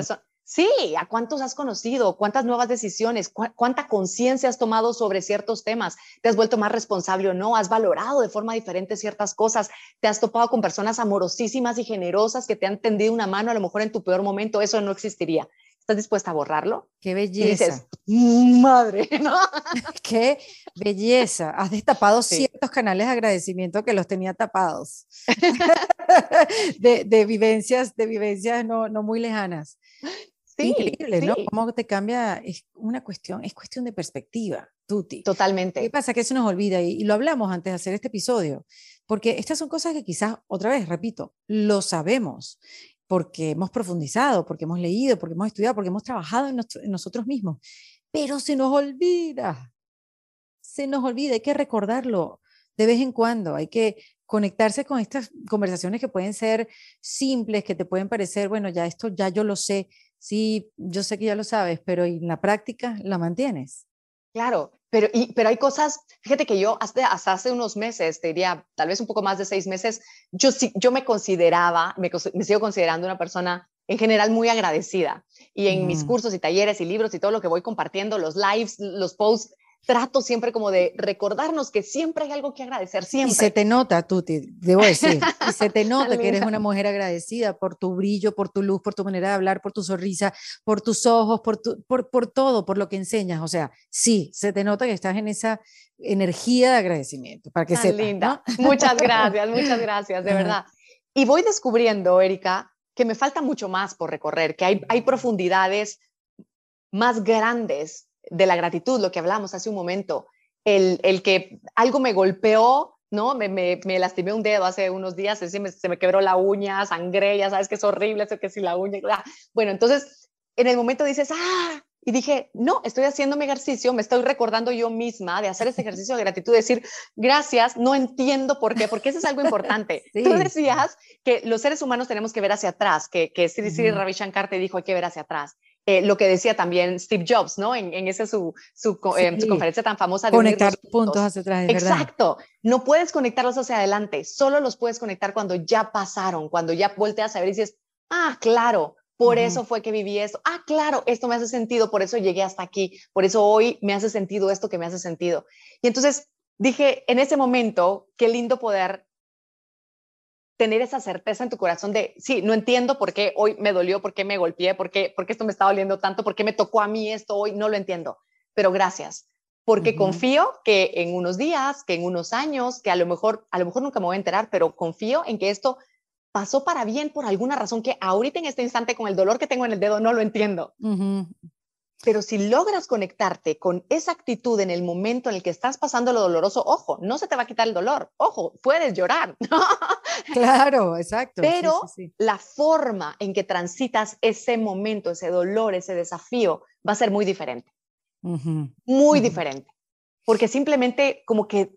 Speaker 2: Sí, ¿a cuántos has conocido? ¿Cuántas nuevas decisiones? ¿Cuánta conciencia has tomado sobre ciertos temas? ¿Te has vuelto más responsable o no? ¿Has valorado de forma diferente ciertas cosas? ¿Te has topado con personas amorosísimas y generosas que te han tendido una mano a lo mejor en tu peor momento? Eso no existiría. ¿Estás dispuesta a borrarlo?
Speaker 1: Qué
Speaker 2: Y dices,
Speaker 1: belleza,
Speaker 2: madre, ¿no?
Speaker 1: qué belleza. Has destapado
Speaker 2: Sí,
Speaker 1: ciertos canales de agradecimiento que los tenía tapados, de vivencias no muy lejanas.
Speaker 2: sí,
Speaker 1: Increíble, ¿no?
Speaker 2: sí,
Speaker 1: Cómo te cambia, es cuestión de perspectiva, Tuti. ¿Qué
Speaker 2: totalmente.
Speaker 1: pasa? Que se nos olvida y lo hablamos antes de hacer este episodio, porque estas son cosas que quizás, otra vez, repito, lo sabemos, porque hemos profundizado, porque hemos leído, porque hemos estudiado, porque hemos trabajado en nosotros mismos, pero se nos olvida, hay que recordarlo de vez en cuando, hay que conectarse con estas conversaciones que pueden ser simples, que te pueden parecer, bueno, ya esto ya yo lo sé, sí, yo sé que ya lo sabes, pero en la práctica la mantienes.
Speaker 2: Claro, pero hay cosas, fíjate que yo hasta hace unos meses, te diría tal vez un poco más de 6 meses, yo me consideraba, me sigo considerando una persona en general muy agradecida. Y en mis
Speaker 1: Ujú.
Speaker 2: cursos y talleres y libros y todo lo que voy compartiendo, los lives, los posts, trato siempre como de recordarnos que siempre hay algo que agradecer,
Speaker 1: Y se
Speaker 2: siempre.
Speaker 1: te nota, Tuti, debo decir, y se te nota
Speaker 2: Tan
Speaker 1: que eres
Speaker 2: linda.
Speaker 1: una mujer agradecida por tu brillo, por tu luz, por tu manera de hablar, por tu sonrisa, por tus ojos, por todo, por lo que enseñas. O sea, sí, se te nota que estás en esa energía de agradecimiento, para que
Speaker 2: Tan
Speaker 1: sepas, ¿no?
Speaker 2: linda. Muchas gracias, de
Speaker 1: Ajá.
Speaker 2: verdad. Y voy descubriendo, Erika, que me falta mucho más por recorrer, que hay profundidades más grandes de la gratitud, lo que hablamos hace un momento, el que algo me golpeó, ¿no? Me lastimé un dedo hace unos días, se me quebró la uña, sangré, ya sabes que es horrible, eso que si la uña, bla. Bueno, entonces en el momento dices, ah, y dije, no, estoy haciendo mi ejercicio, me estoy recordando yo misma de hacer este ejercicio de gratitud, decir, gracias, no entiendo por qué, porque eso es algo importante. Tú
Speaker 1: Sí.
Speaker 2: decías que los seres humanos tenemos que ver hacia atrás, que Sri
Speaker 1: Ujú.
Speaker 2: Ravi Shankar te dijo hay que ver hacia atrás. Lo que decía también Steve Jobs, ¿no? En ese su
Speaker 1: Sí,
Speaker 2: conferencia tan famosa de unir
Speaker 1: conectar
Speaker 2: los
Speaker 1: los puntos
Speaker 2: puntos.
Speaker 1: hacia atrás, es verdad.
Speaker 2: Exacto, no puedes conectarlos hacia adelante, solo los puedes conectar cuando ya pasaron, cuando ya volteas a ver y dices, ah, claro, por
Speaker 1: Ujú.
Speaker 2: eso fue que viví esto, ah, claro, esto me hace sentido, por eso llegué hasta aquí, por eso hoy me hace sentido esto que me hace sentido. Y entonces dije, en ese momento, qué lindo poder tener esa certeza en tu corazón de, sí, no entiendo por qué hoy me dolió, por qué me golpeé, por qué esto me está doliendo tanto, por qué me tocó a mí esto hoy, no lo entiendo, pero gracias, porque
Speaker 1: Ujú.
Speaker 2: confío que en unos días, que en unos años, que a lo mejor nunca me voy a enterar, pero confío en que esto pasó para bien por alguna razón que ahorita en este instante con el dolor que tengo en el dedo no lo entiendo.
Speaker 1: Ujú.
Speaker 2: Pero si logras conectarte con esa actitud en el momento en el que estás pasando lo doloroso, ojo, no se te va a quitar el dolor, ojo, puedes llorar, ¿no?
Speaker 1: Claro, exacto, sí, sí,
Speaker 2: Pero
Speaker 1: sí.
Speaker 2: la forma en que transitas ese momento, ese dolor, ese desafío, va a ser
Speaker 1: Ujú.
Speaker 2: muy
Speaker 1: Ujú.
Speaker 2: diferente, porque simplemente como que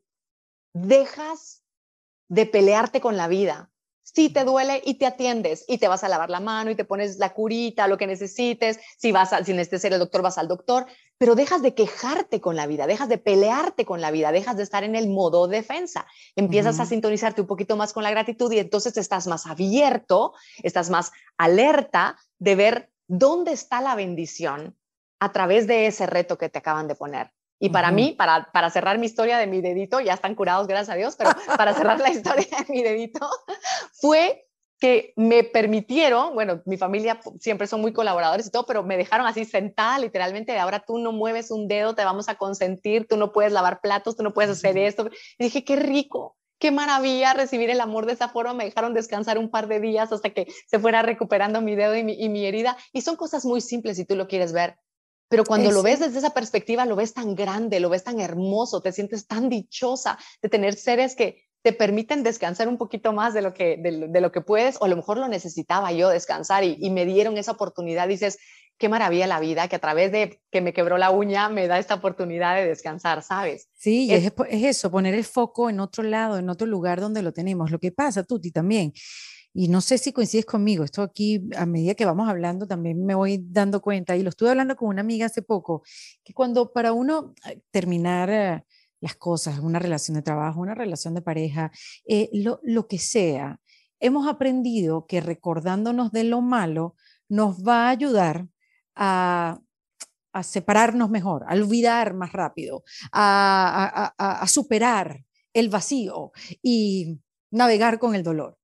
Speaker 2: dejas de pelearte con la vida. Si te duele y te atiendes y te vas a lavar la mano y te pones la curita, lo que necesites, si necesitas ser el doctor, vas al doctor, pero dejas de quejarte con la vida, dejas de pelearte con la vida, dejas de estar en el modo defensa, empiezas a
Speaker 1: Ujú.
Speaker 2: sintonizarte un poquito más con la gratitud y entonces estás más abierto, estás más alerta de ver dónde está la bendición a través de ese reto que te acaban de poner. Y para
Speaker 1: Ujú.
Speaker 2: mí, para cerrar mi historia de mi dedito, ya están curados, gracias a Dios, pero para cerrar la historia de mi dedito, fue que me permitieron, bueno, mi familia siempre son muy colaboradores y todo, pero me dejaron así sentada literalmente, de ahora tú no mueves un dedo, te vamos a consentir, tú no puedes lavar platos, tú no puedes hacer esto. Y dije, qué rico, qué maravilla recibir el amor de esa forma, me dejaron descansar un par de días hasta que se fuera recuperando mi dedo y mi herida. Y son cosas muy simples si tú lo quieres ver, pero cuando lo ves
Speaker 1: Sí.
Speaker 2: desde esa perspectiva, lo ves tan grande, lo ves tan hermoso, te sientes tan dichosa de tener seres que te permiten descansar un poquito más de lo que puedes, o a lo mejor lo necesitaba yo descansar y me dieron esa oportunidad. Dices, qué maravilla la vida, que a través de que me quebró la uña me da esta oportunidad de descansar, ¿sabes?
Speaker 1: Sí, y
Speaker 2: Es,
Speaker 1: es eso, poner el foco en otro lado, en otro lugar donde lo tenemos. Lo que pasa, Tuti, también, y no sé si coincides conmigo, esto aquí, a medida que vamos hablando, también me voy dando cuenta, y lo estuve hablando con una amiga hace poco, que cuando para uno terminar las cosas, una relación de trabajo, una relación de pareja, lo que sea, hemos aprendido que recordándonos de lo malo nos va a ayudar a, a separarnos mejor, a olvidar más rápido, a superar el vacío y navegar con el dolor.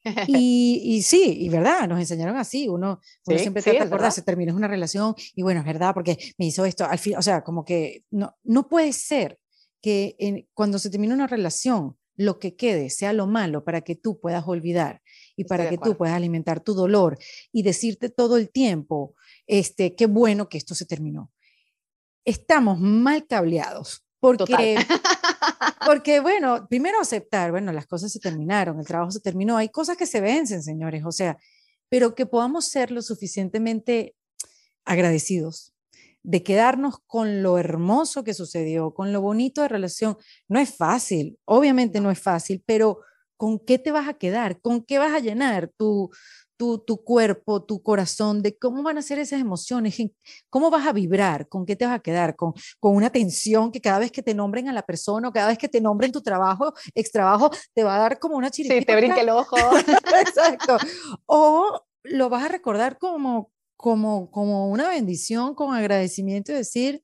Speaker 1: Y sí, y verdad, nos enseñaron así, uno
Speaker 2: Sí,
Speaker 1: siempre
Speaker 2: sí,
Speaker 1: trata de
Speaker 2: es verdad.
Speaker 1: acordarse, terminas una relación y bueno, es verdad, porque me hizo esto, al fin, o sea, como que no puede ser que cuando se termina una relación, lo que quede sea lo malo para que tú puedas olvidar y
Speaker 2: Estoy
Speaker 1: para
Speaker 2: de
Speaker 1: que tú
Speaker 2: acuerdo.
Speaker 1: puedas alimentar tu dolor y decirte todo el tiempo, qué bueno que esto se terminó. Estamos mal cableados,
Speaker 2: Total.
Speaker 1: porque, bueno, primero aceptar, bueno, las cosas se terminaron, el trabajo se terminó, hay cosas que se vencen, señores, o sea, pero que podamos ser lo suficientemente agradecidos de quedarnos con lo hermoso que sucedió, con lo bonito de relación. No es fácil, obviamente no
Speaker 2: No.
Speaker 1: es fácil, pero ¿con qué te vas a quedar? ¿Con qué vas a llenar tu cuerpo, tu corazón? ¿De cómo van a ser esas emociones? ¿Cómo vas a vibrar? ¿Con qué te vas a quedar? ¿Con una tensión que cada vez que te nombren a la persona o cada vez que te nombren tu trabajo, ex trabajo, te va a dar como una
Speaker 2: Sí, te
Speaker 1: chiripiorca?
Speaker 2: brinca el ojo.
Speaker 1: Exacto. O lo vas a recordar como una bendición, con agradecimiento y decir,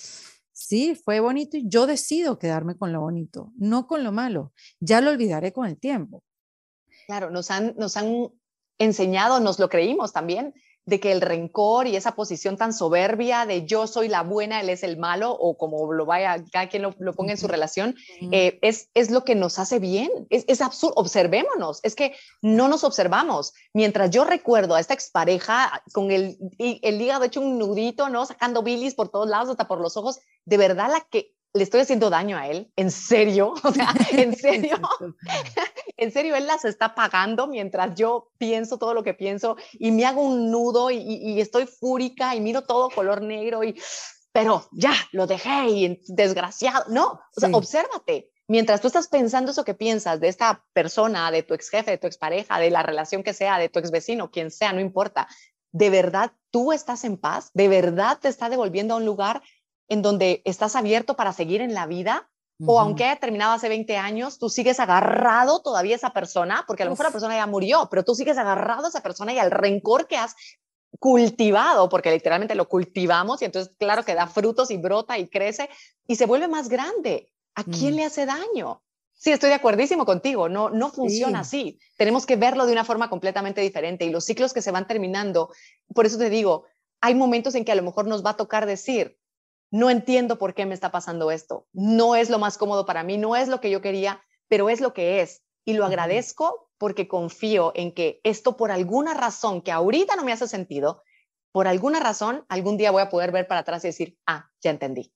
Speaker 1: sí, fue bonito y yo decido quedarme con lo bonito, no con lo malo. Ya lo olvidaré con el tiempo.
Speaker 2: Claro, nos han enseñado, nos lo creímos también, de que el rencor y esa posición tan soberbia de yo soy la buena, él es el malo, o como lo vaya, cada quien lo ponga en su
Speaker 1: Ujú,
Speaker 2: relación,
Speaker 1: ujú.
Speaker 2: es lo que nos hace bien. Es absurdo. Observémonos. Es que no nos observamos. Mientras yo recuerdo a esta expareja con el hígado hecho un nudito, ¿no? Sacando bilis por todos lados, hasta por los ojos, de verdad la que le estoy haciendo daño a él, en serio, o sea, en serio,
Speaker 1: Exacto.
Speaker 2: en serio, él las está pagando mientras yo pienso todo lo que pienso y me hago un nudo y estoy fúrica y miro todo color negro pero ya, lo dejé y desgraciado. No, o sea,
Speaker 1: Sí.
Speaker 2: obsérvate. Mientras tú estás pensando eso que piensas de esta persona, de tu ex jefe, de tu expareja, de la relación que sea, de tu ex vecino, quien sea, no importa. ¿De verdad tú estás en paz? ¿De verdad te está devolviendo a un lugar en donde estás abierto para seguir en la vida? O
Speaker 1: Ujú.
Speaker 2: aunque haya terminado hace 20 años, tú sigues agarrado todavía a esa persona, porque a lo mejor la
Speaker 1: Uf,
Speaker 2: persona ya murió, pero tú sigues agarrado a esa persona y al rencor que has cultivado, porque literalmente lo cultivamos y entonces claro que da
Speaker 1: sí.
Speaker 2: frutos y brota y crece y se vuelve más grande. ¿A quién
Speaker 1: Mm,
Speaker 2: le hace daño? Sí, estoy de acuerdísimo contigo, no funciona
Speaker 1: sí.
Speaker 2: así. Tenemos que verlo de una forma completamente diferente y los ciclos que se van terminando, por eso te digo, hay momentos en que a lo mejor nos va a tocar decir, no entiendo por qué me está pasando esto, no es lo más cómodo para mí, no es lo que yo quería, pero es lo que es. Y lo
Speaker 1: Ujú.
Speaker 2: agradezco porque confío en que esto por alguna razón que ahorita no me hace sentido, por alguna razón, algún día voy a poder ver para atrás y decir, ah, ya entendí.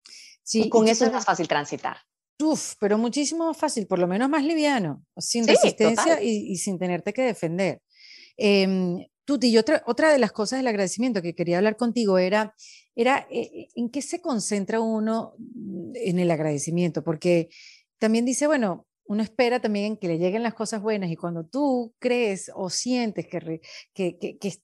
Speaker 2: Y
Speaker 1: Sí, y
Speaker 2: con
Speaker 1: tú
Speaker 2: eso es
Speaker 1: sabes,
Speaker 2: más fácil transitar.
Speaker 1: uf, pero muchísimo más fácil, por lo menos más liviano, sin
Speaker 2: Sí,
Speaker 1: resistencia
Speaker 2: total.
Speaker 1: y sin tenerte que defender. Tuti, y otra de las cosas del agradecimiento que quería hablar contigo era en qué se concentra uno en el agradecimiento, porque también dice, bueno, uno espera también en que le lleguen las cosas buenas y cuando tú crees o sientes que, que, que,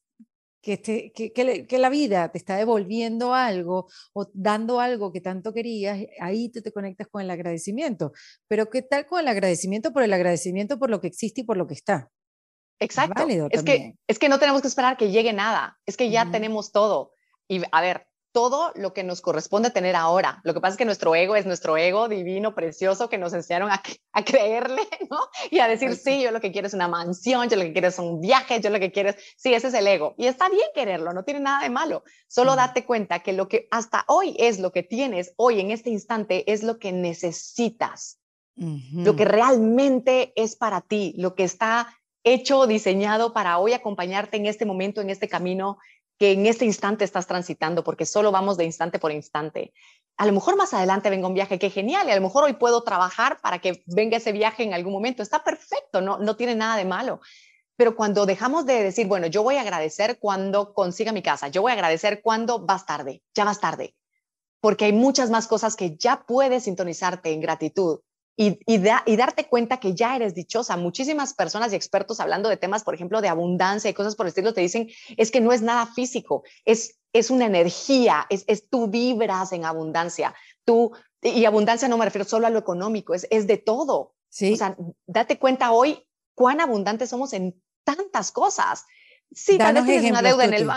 Speaker 1: que la vida te está devolviendo algo o dando algo que tanto querías, ahí tú te conectas con el agradecimiento. Pero ¿qué tal con el agradecimiento por lo que existe y por lo que está? Es
Speaker 2: Exacto.
Speaker 1: válido
Speaker 2: Es que,
Speaker 1: también.
Speaker 2: es que no tenemos que esperar que llegue nada. Es que ya
Speaker 1: Ujú.
Speaker 2: tenemos todo. Y a ver, todo lo que nos corresponde tener ahora. Lo que pasa es que nuestro ego es nuestro ego divino, precioso, que nos enseñaron a creerle, ¿no? Y a decir,
Speaker 1: Exacto.
Speaker 2: sí, yo lo que quiero es una mansión, yo lo que quiero es un viaje, yo lo que quiero es, sí, ese es el ego. Y está bien quererlo, no tiene nada de malo. Solo
Speaker 1: Mm.
Speaker 2: date cuenta que lo que hasta hoy es lo que tienes, hoy en este instante, es lo que necesitas, lo
Speaker 1: Ujú.
Speaker 2: que realmente es para ti, lo que está hecho, diseñado para hoy acompañarte en este momento, en este camino que en este instante estás transitando, porque solo vamos de instante por instante. A lo mejor más adelante venga un viaje, qué genial, y a lo mejor hoy puedo trabajar para que venga ese viaje en algún momento. Está perfecto, no tiene nada de malo. Pero cuando dejamos de decir, bueno, yo voy a agradecer cuando consiga mi casa, yo voy a agradecer cuando vas tarde, ya vas tarde, porque hay muchas más cosas que ya puedes sintonizarte en gratitud y darte cuenta que ya eres dichosa. Muchísimas personas y expertos hablando de temas, por ejemplo, de abundancia y cosas por el estilo, te dicen, es que no es nada físico, es una energía, tú vibras en abundancia. Y abundancia no me refiero solo a lo económico, es de todo. O
Speaker 1: Sí,
Speaker 2: sea, date cuenta hoy cuán abundantes somos en tantas cosas. Sí, tal vez
Speaker 1: danos
Speaker 2: tienes una
Speaker 1: ejemplos,
Speaker 2: deuda en el
Speaker 1: Tuti.
Speaker 2: banco.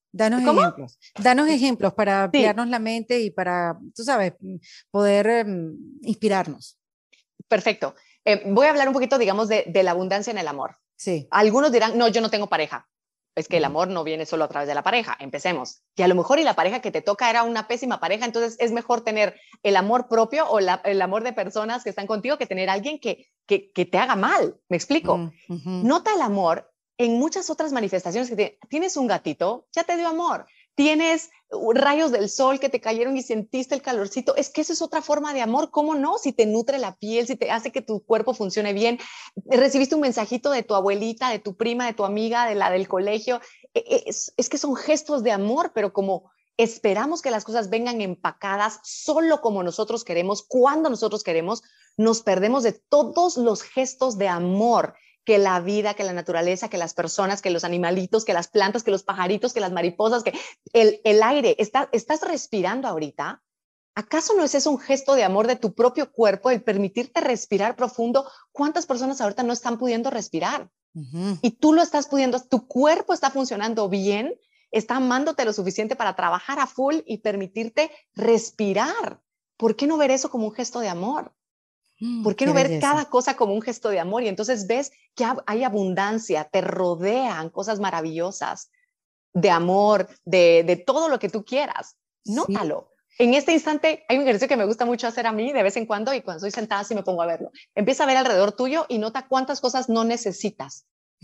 Speaker 2: ¿Cómo?
Speaker 1: Danos ejemplos para
Speaker 2: Sí,
Speaker 1: ampliarnos la mente y para, tú sabes, poder inspirarnos.
Speaker 2: perfecto. Voy a hablar un poquito, digamos, de la abundancia en el amor.
Speaker 1: Sí.
Speaker 2: Algunos dirán, no, yo no tengo pareja. Es que el
Speaker 1: Ujú.
Speaker 2: amor no viene solo a través de la pareja. Empecemos. Que a lo mejor y la pareja que te toca era una pésima pareja, entonces es mejor tener el amor propio o el amor de personas que están contigo que tener a alguien que te haga mal. ¿Me explico?
Speaker 1: Mm, ujú.
Speaker 2: Nota el amor en muchas otras manifestaciones tienes un gatito, ya te dio amor. Tienes rayos del sol que te cayeron y sentiste el calorcito. Es que eso es otra forma de amor. ¿Cómo no? Si te nutre la piel, si te hace que tu cuerpo funcione bien. Recibiste un mensajito de tu abuelita, de tu prima, de tu amiga, de la del colegio. Es que son gestos de amor, pero como esperamos que las cosas vengan empacadas solo como nosotros queremos, cuando nosotros queremos, nos perdemos de todos los gestos de amor que la vida, que la naturaleza, que las personas, que los animalitos, que las plantas, que los pajaritos, que las mariposas, que el aire. ¿Estás respirando ahorita? ¿Acaso no es eso un gesto de amor de tu propio cuerpo, el permitirte respirar profundo? ¿Cuántas personas ahorita no están pudiendo respirar?
Speaker 1: Ujú.
Speaker 2: Y tú lo estás pudiendo, tu cuerpo está funcionando bien, está amándote lo suficiente para trabajar a full y permitirte respirar. ¿Por qué no ver eso como un gesto de amor? ¿Por qué
Speaker 1: Qué
Speaker 2: no ver
Speaker 1: belleza.
Speaker 2: cada cosa como un gesto de amor? Y entonces ves que hay abundancia, te rodean cosas maravillosas de amor, de todo lo que tú quieras.
Speaker 1: Sí.
Speaker 2: Nótalo. En este instante hay un ejercicio que me gusta mucho hacer a mí de vez en cuando y cuando estoy sentada sí me pongo a verlo. Empieza a ver alrededor tuyo y nota cuántas cosas no necesitas.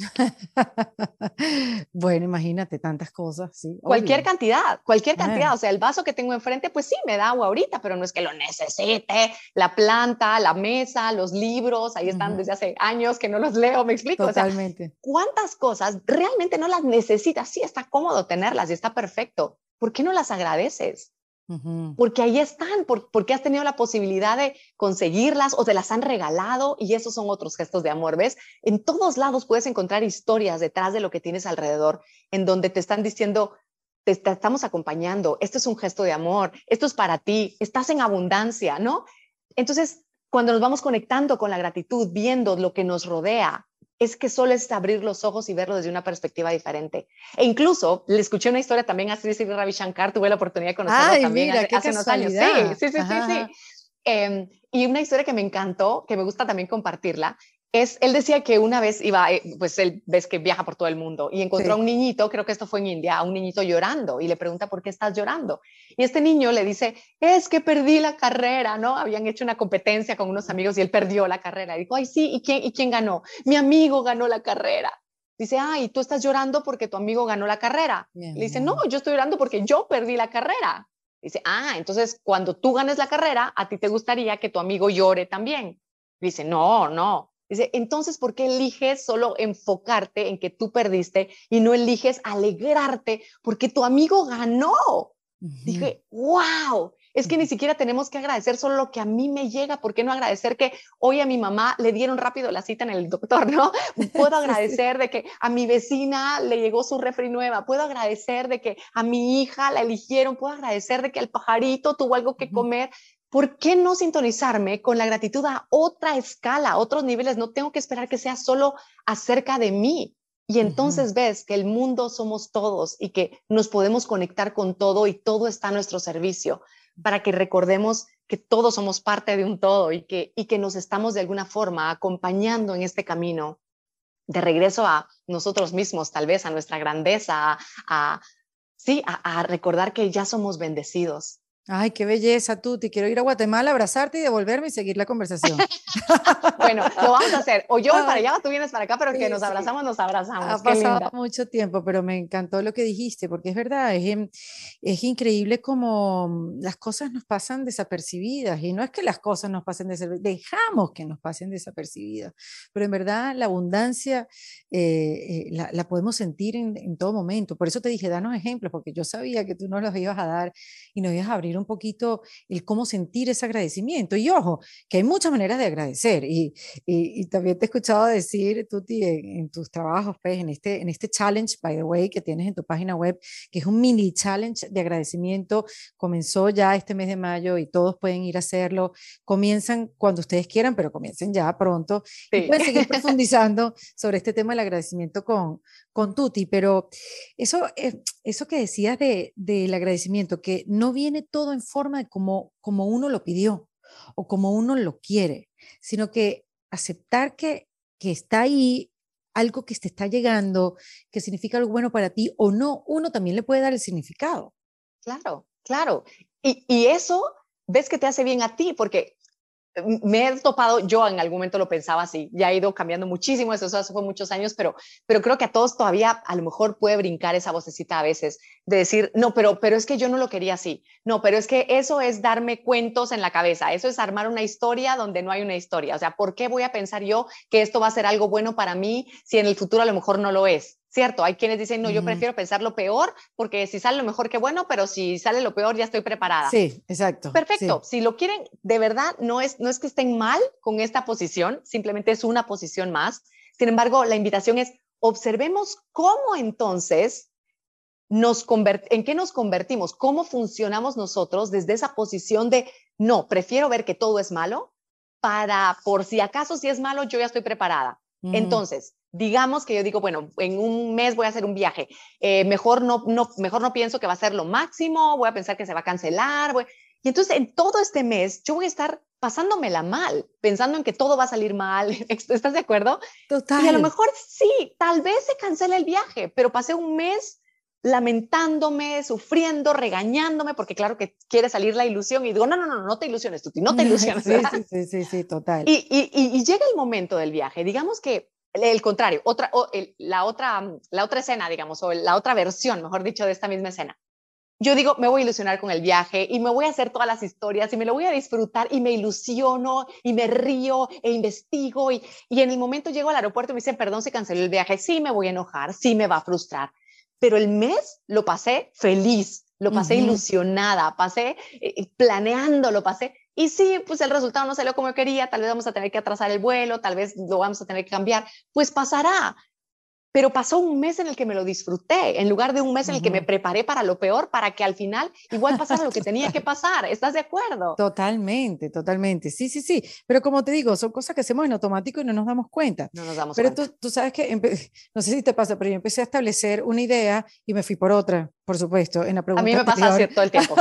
Speaker 1: Bueno, imagínate tantas cosas, sí, obvio.
Speaker 2: Cualquier
Speaker 1: Ah,
Speaker 2: cantidad. O sea, el vaso que tengo enfrente, pues sí, me da agua ahorita, pero no es que lo necesite. La planta, la mesa, los libros, ahí están
Speaker 1: ujú.
Speaker 2: desde hace años que no los leo, me explico. O sea,
Speaker 1: Totalmente.
Speaker 2: ¿cuántas cosas realmente no las necesitas? Sí, está cómodo tenerlas y está perfecto. ¿Por qué no las agradeces?
Speaker 1: Ujú.
Speaker 2: Porque ahí están, porque has tenido la posibilidad de conseguirlas o te las han regalado y esos son otros gestos de amor, ¿ves? En todos lados puedes encontrar historias detrás de lo que tienes alrededor en donde te están diciendo, te estamos acompañando, esto es un gesto de amor, esto es para ti, estás en abundancia, ¿no? Entonces, cuando nos vamos conectando con la gratitud, viendo lo que nos rodea, es que solo es abrir los ojos y verlo desde una perspectiva diferente. E incluso le escuché una historia también a Sri Sri Ravi Shankar, tuve la oportunidad de conocerlo
Speaker 1: Ay,
Speaker 2: también
Speaker 1: mira, qué
Speaker 2: hace unos años. Sí,
Speaker 1: casualidad.
Speaker 2: sí, sí, sí,
Speaker 1: Ajá,
Speaker 2: sí.
Speaker 1: ajá.
Speaker 2: Y una historia que me encantó, que me gusta también compartirla, es, él decía que una vez iba, pues él ves que viaja por todo el mundo y encontró a
Speaker 1: Sí.
Speaker 2: un niñito, creo que esto fue en India, a un niñito llorando y le pregunta, ¿por qué estás llorando? Y este niño le dice, es que perdí la carrera, ¿no? Habían hecho una competencia con unos amigos y él perdió la carrera. Y dijo, ay, sí, ¿y quién ganó? Mi amigo ganó la carrera. Dice, ay, tú estás llorando porque tu amigo ganó la carrera.
Speaker 1: Mi
Speaker 2: Le dice, no,
Speaker 1: amor.
Speaker 2: yo estoy llorando porque yo perdí la carrera. Dice, entonces cuando tú ganes la carrera, a ti te gustaría que tu amigo llore también. Dice, no, no. Dice, entonces, ¿por qué eliges solo enfocarte en que tú perdiste y no eliges alegrarte porque tu amigo ganó?
Speaker 1: Ujú,
Speaker 2: Dije, wow, es que
Speaker 1: ujú.
Speaker 2: ni siquiera tenemos que agradecer solo lo que a mí me llega. ¿Por qué no agradecer que hoy a mi mamá le dieron rápido la cita en el doctor, no? Puedo
Speaker 1: Sí, sí.
Speaker 2: agradecer de que a mi vecina le llegó su refri nueva. Puedo agradecer de que a mi hija la eligieron. Puedo agradecer de que el pajarito tuvo algo que
Speaker 1: Ujú,
Speaker 2: comer. ¿Por qué no sintonizarme con la gratitud a otra escala, a otros niveles? No tengo que esperar que sea solo acerca de mí. Y
Speaker 1: ujú.
Speaker 2: entonces ves que el mundo somos todos y que nos podemos conectar con todo y todo está a nuestro servicio para que recordemos que todos somos parte de un todo y que nos estamos de alguna forma acompañando en este camino de regreso a nosotros mismos, tal vez a nuestra grandeza, a sí, a recordar que ya somos bendecidos.
Speaker 1: Ay, qué belleza, Tuti. Quiero ir a Guatemala, abrazarte y devolverme y seguir la conversación.
Speaker 2: Bueno, lo vamos a hacer. O yo voy para
Speaker 1: Ay,
Speaker 2: allá o tú vienes para acá, pero que
Speaker 1: sí,
Speaker 2: nos
Speaker 1: sí.
Speaker 2: abrazamos, nos
Speaker 1: Ha
Speaker 2: abrazamos. Qué
Speaker 1: pasado
Speaker 2: linda.
Speaker 1: mucho tiempo, pero me encantó lo que dijiste, porque es verdad, es increíble como las cosas nos pasan desapercibidas, y no es que las cosas nos pasen desapercibidas, dejamos que nos pasen desapercibidas, pero en verdad la abundancia la podemos sentir en todo momento. Por eso te dije, danos ejemplos, porque yo sabía que tú nos los ibas a dar y nos ibas a abrir definir un poquito el cómo sentir ese agradecimiento. Y ojo, que hay muchas maneras de agradecer. Y también te he escuchado decir, Tuti, en tus trabajos, pues, en este challenge, by the way, que tienes en tu página web, que es un mini challenge de agradecimiento. Comenzó ya este mes de mayo y todos pueden ir a hacerlo. Comienzan cuando ustedes quieran, pero comiencen ya pronto y
Speaker 2: Sí.
Speaker 1: pueden seguir profundizando sobre este tema del agradecimiento con Tuti. Pero eso que decías del agradecimiento, que no viene todo en forma de como uno lo pidió o como uno lo quiere, sino que aceptar que está ahí algo que te está llegando, que significa algo bueno para ti o no, uno también le puede dar el significado.
Speaker 2: Claro, claro. Y eso ves que te hace bien a ti, porque me he topado, yo en algún momento lo pensaba así, ya ha ido cambiando muchísimo, eso hace fue muchos años, pero creo que a todos todavía a lo mejor puede brincar esa vocecita a veces de decir, no, pero es que yo no lo quería así, no, pero es que eso es darme cuentos en la cabeza, eso es armar una historia donde no hay una historia, o sea, ¿por qué voy a pensar yo que esto va a ser algo bueno para mí si en el futuro a lo mejor no lo es? Cierto, hay quienes dicen, no, yo prefiero pensar lo peor porque si sale lo mejor que bueno, pero si sale lo peor ya estoy preparada.
Speaker 1: Sí, exacto.
Speaker 2: Perfecto,
Speaker 1: Sí.
Speaker 2: si lo quieren, de verdad, no es que estén mal con esta posición, simplemente es una posición más. Sin embargo, la invitación es, observemos cómo entonces en qué nos convertimos, cómo funcionamos nosotros desde esa posición de, no, prefiero ver que todo es malo, para, por si acaso si es malo, yo ya estoy preparada.
Speaker 1: Ujú.
Speaker 2: Entonces, digamos que yo digo, bueno, en un mes voy a hacer un viaje, mejor no pienso que va a ser lo máximo, voy a pensar que se va a cancelar, y entonces en todo este mes yo voy a estar pasándomela mal, pensando en que todo va a salir mal, ¿estás de acuerdo? Y a lo
Speaker 1: Total.
Speaker 2: mejor sí, tal vez se cancela el viaje, pero pasé un mes lamentándome, sufriendo, regañándome, porque claro que quiere salir la ilusión y digo, no te ilusiones, Tuti, no te ilusiones,
Speaker 1: Sí,
Speaker 2: ¿verdad?
Speaker 1: sí, sí, sí, sí, total.
Speaker 2: Y llega el momento del viaje, digamos que el contrario, la otra escena, digamos, o la otra versión, mejor dicho, de esta misma escena. Yo digo, me voy a ilusionar con el viaje y me voy a hacer todas las historias y me lo voy a disfrutar y me ilusiono y me río e investigo y en el momento llego al aeropuerto y me dicen, perdón, se canceló el viaje. Sí, me voy a enojar, sí me va a frustrar, pero el mes lo pasé feliz, lo pasé
Speaker 1: Ujú.
Speaker 2: ilusionada, pasé planeando, lo pasé. Y sí, pues el resultado no salió como yo quería, tal vez vamos a tener que atrasar el vuelo, tal vez lo vamos a tener que cambiar, pues pasará, pero pasó un mes en el que me lo disfruté, en lugar de un mes en el que me
Speaker 1: Ujú.
Speaker 2: preparé para lo peor, para que al final igual pasara lo que tenía que pasar. ¿Estás de acuerdo?
Speaker 1: Totalmente, totalmente. Sí, sí, sí. Pero como te digo, son cosas que hacemos en automático y no nos damos cuenta.
Speaker 2: No nos damos
Speaker 1: Pero
Speaker 2: cuenta.
Speaker 1: tú sabes que, no sé si te pasa, pero yo empecé a establecer una idea y me fui por otra, por supuesto, en la
Speaker 2: A mí
Speaker 1: pregunta
Speaker 2: me pasa así
Speaker 1: anterior.
Speaker 2: todo el tiempo.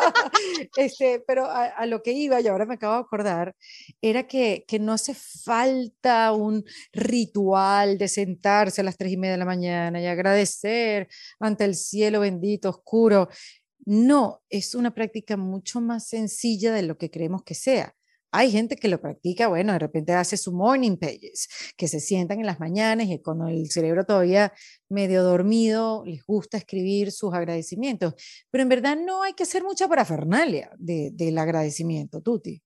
Speaker 1: Pero a lo que iba, y ahora me acabo de acordar, era que no hace falta un ritual de sentarse a las 3:30 de la mañana y agradecer ante el cielo bendito, oscuro. No, es una práctica mucho más sencilla de lo que creemos que sea. Hay gente que lo practica, bueno, de repente hace su morning pages, que se sientan en las mañanas y con el cerebro todavía medio dormido, les gusta escribir sus agradecimientos. Pero en verdad no hay que hacer mucha parafernalia del agradecimiento, Tuti.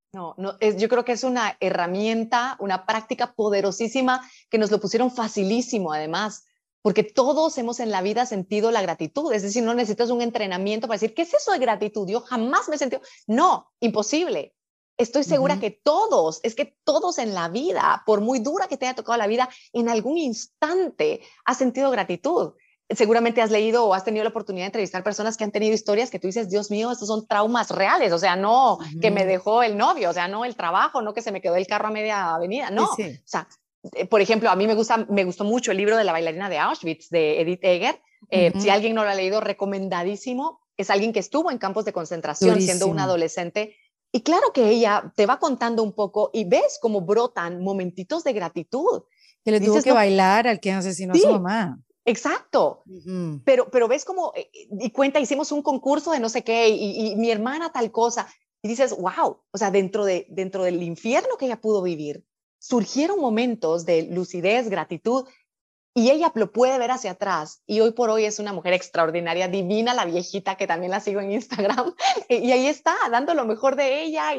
Speaker 2: Yo creo que es una herramienta, una práctica poderosísima que nos lo pusieron facilísimo además, porque todos hemos en la vida sentido la gratitud, es decir, no necesitas un entrenamiento para decir, ¿qué es eso de gratitud? Yo jamás me he sentido, no, imposible. Estoy segura
Speaker 1: Ujú.
Speaker 2: que es que todos en la vida, por muy dura que te haya tocado la vida, en algún instante has sentido gratitud. Seguramente has leído o has tenido la oportunidad de entrevistar personas que han tenido historias que tú dices, Dios mío, estos son traumas reales, o sea, no que me
Speaker 1: Ujú.
Speaker 2: dejó el novio, o sea, no el trabajo, no que se me quedó el carro a media avenida,
Speaker 1: Sí,
Speaker 2: no. O
Speaker 1: sí.
Speaker 2: sea, por ejemplo, a mí me gustó mucho el libro de la bailarina de Auschwitz de Edith Eger. Si
Speaker 1: Ujú.
Speaker 2: alguien no lo ha leído, recomendadísimo. Es alguien que estuvo en campos de concentración siendo una
Speaker 1: Durísimo.
Speaker 2: adolescente. Y claro que ella te va contando un poco y ves cómo brotan momentitos de gratitud.
Speaker 1: Que le tuvo
Speaker 2: Dices,
Speaker 1: que
Speaker 2: no,
Speaker 1: bailar al que asesinó a su
Speaker 2: sí,
Speaker 1: mamá.
Speaker 2: exacto.
Speaker 1: Ujú.
Speaker 2: Pero ves como, y cuenta, hicimos un concurso de no sé qué, y mi hermana tal cosa, y dices, wow, o sea, dentro del infierno que ella pudo vivir, surgieron momentos de lucidez, gratitud, y ella lo puede ver hacia atrás, y hoy por hoy es una mujer extraordinaria, divina, la viejita, que también la sigo en Instagram, y ahí está, dando lo mejor de ella,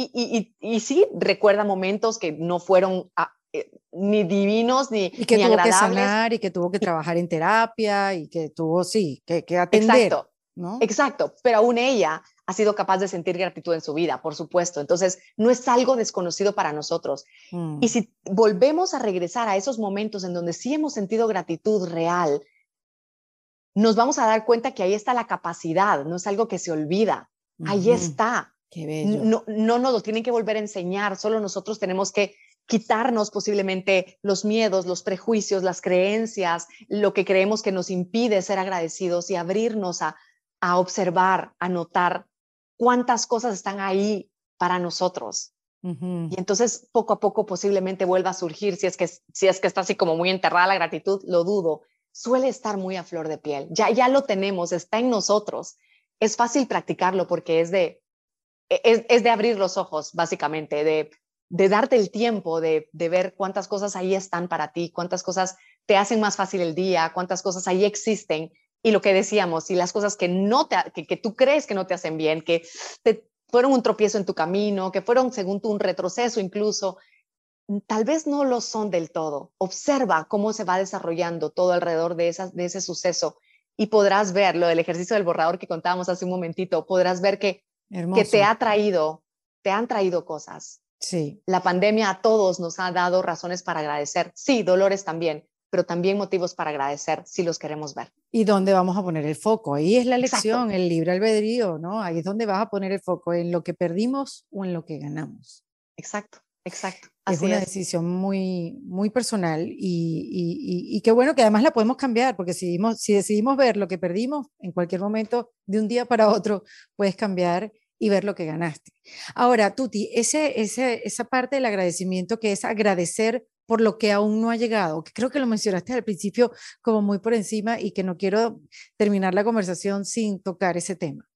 Speaker 2: y sí, recuerda momentos que no fueron ni divinos,
Speaker 1: Y que
Speaker 2: ni
Speaker 1: tuvo que
Speaker 2: agradables.
Speaker 1: sanar y que tuvo que trabajar en terapia y que tuvo, sí, que atender,
Speaker 2: Exacto,
Speaker 1: ¿no?
Speaker 2: exacto, pero aún ella ha sido capaz de sentir gratitud en su vida, por supuesto. Entonces, no es algo desconocido para nosotros. Y si volvemos a regresar a esos momentos en donde sí hemos sentido gratitud real, nos vamos a dar cuenta que ahí está la capacidad, no es algo que se olvida. Ahí está.
Speaker 1: Qué bello.
Speaker 2: No nos lo tienen que volver a enseñar, solo nosotros tenemos que quitarnos posiblemente los miedos, los prejuicios, las creencias, lo que creemos que nos impide ser agradecidos y abrirnos a observar, a notar cuántas cosas están ahí para nosotros. Y entonces poco a poco posiblemente vuelva a surgir, si es que está así como muy enterrada la gratitud, lo dudo, suele estar muy a flor de piel, ya lo tenemos, está en nosotros. Es fácil practicarlo porque es de abrir los ojos, básicamente, de darte el tiempo de ver cuántas cosas ahí están para ti, cuántas cosas te hacen más fácil el día, cuántas cosas ahí existen. Y lo que decíamos, y las cosas que tú crees que no te hacen bien, que te fueron un tropiezo en tu camino, que fueron, según tú, un retroceso incluso, tal vez no lo son del todo. Observa cómo se va desarrollando todo alrededor de ese suceso y podrás ver lo del ejercicio del borrador que contábamos hace un momentito, podrás ver que te han traído cosas.
Speaker 1: Sí.
Speaker 2: La pandemia a todos nos ha dado razones para agradecer. Sí, dolores también, pero también motivos para agradecer si los queremos ver.
Speaker 1: ¿Y dónde vamos a poner el foco? Ahí es la lección,
Speaker 2: Exacto.
Speaker 1: el libre albedrío, ¿no? Ahí es donde vas a poner el foco, en lo que perdimos o en lo que ganamos.
Speaker 2: Exacto.
Speaker 1: Es una decisión muy, muy personal y qué bueno que además la podemos cambiar, porque si decidimos ver lo que perdimos, en cualquier momento, de un día para otro, puedes cambiar y ver lo que ganaste. Ahora, Tuti, esa parte del agradecimiento que es agradecer por lo que aún no ha llegado, que creo que lo mencionaste al principio como muy por encima y que no quiero terminar la conversación sin tocar ese tema.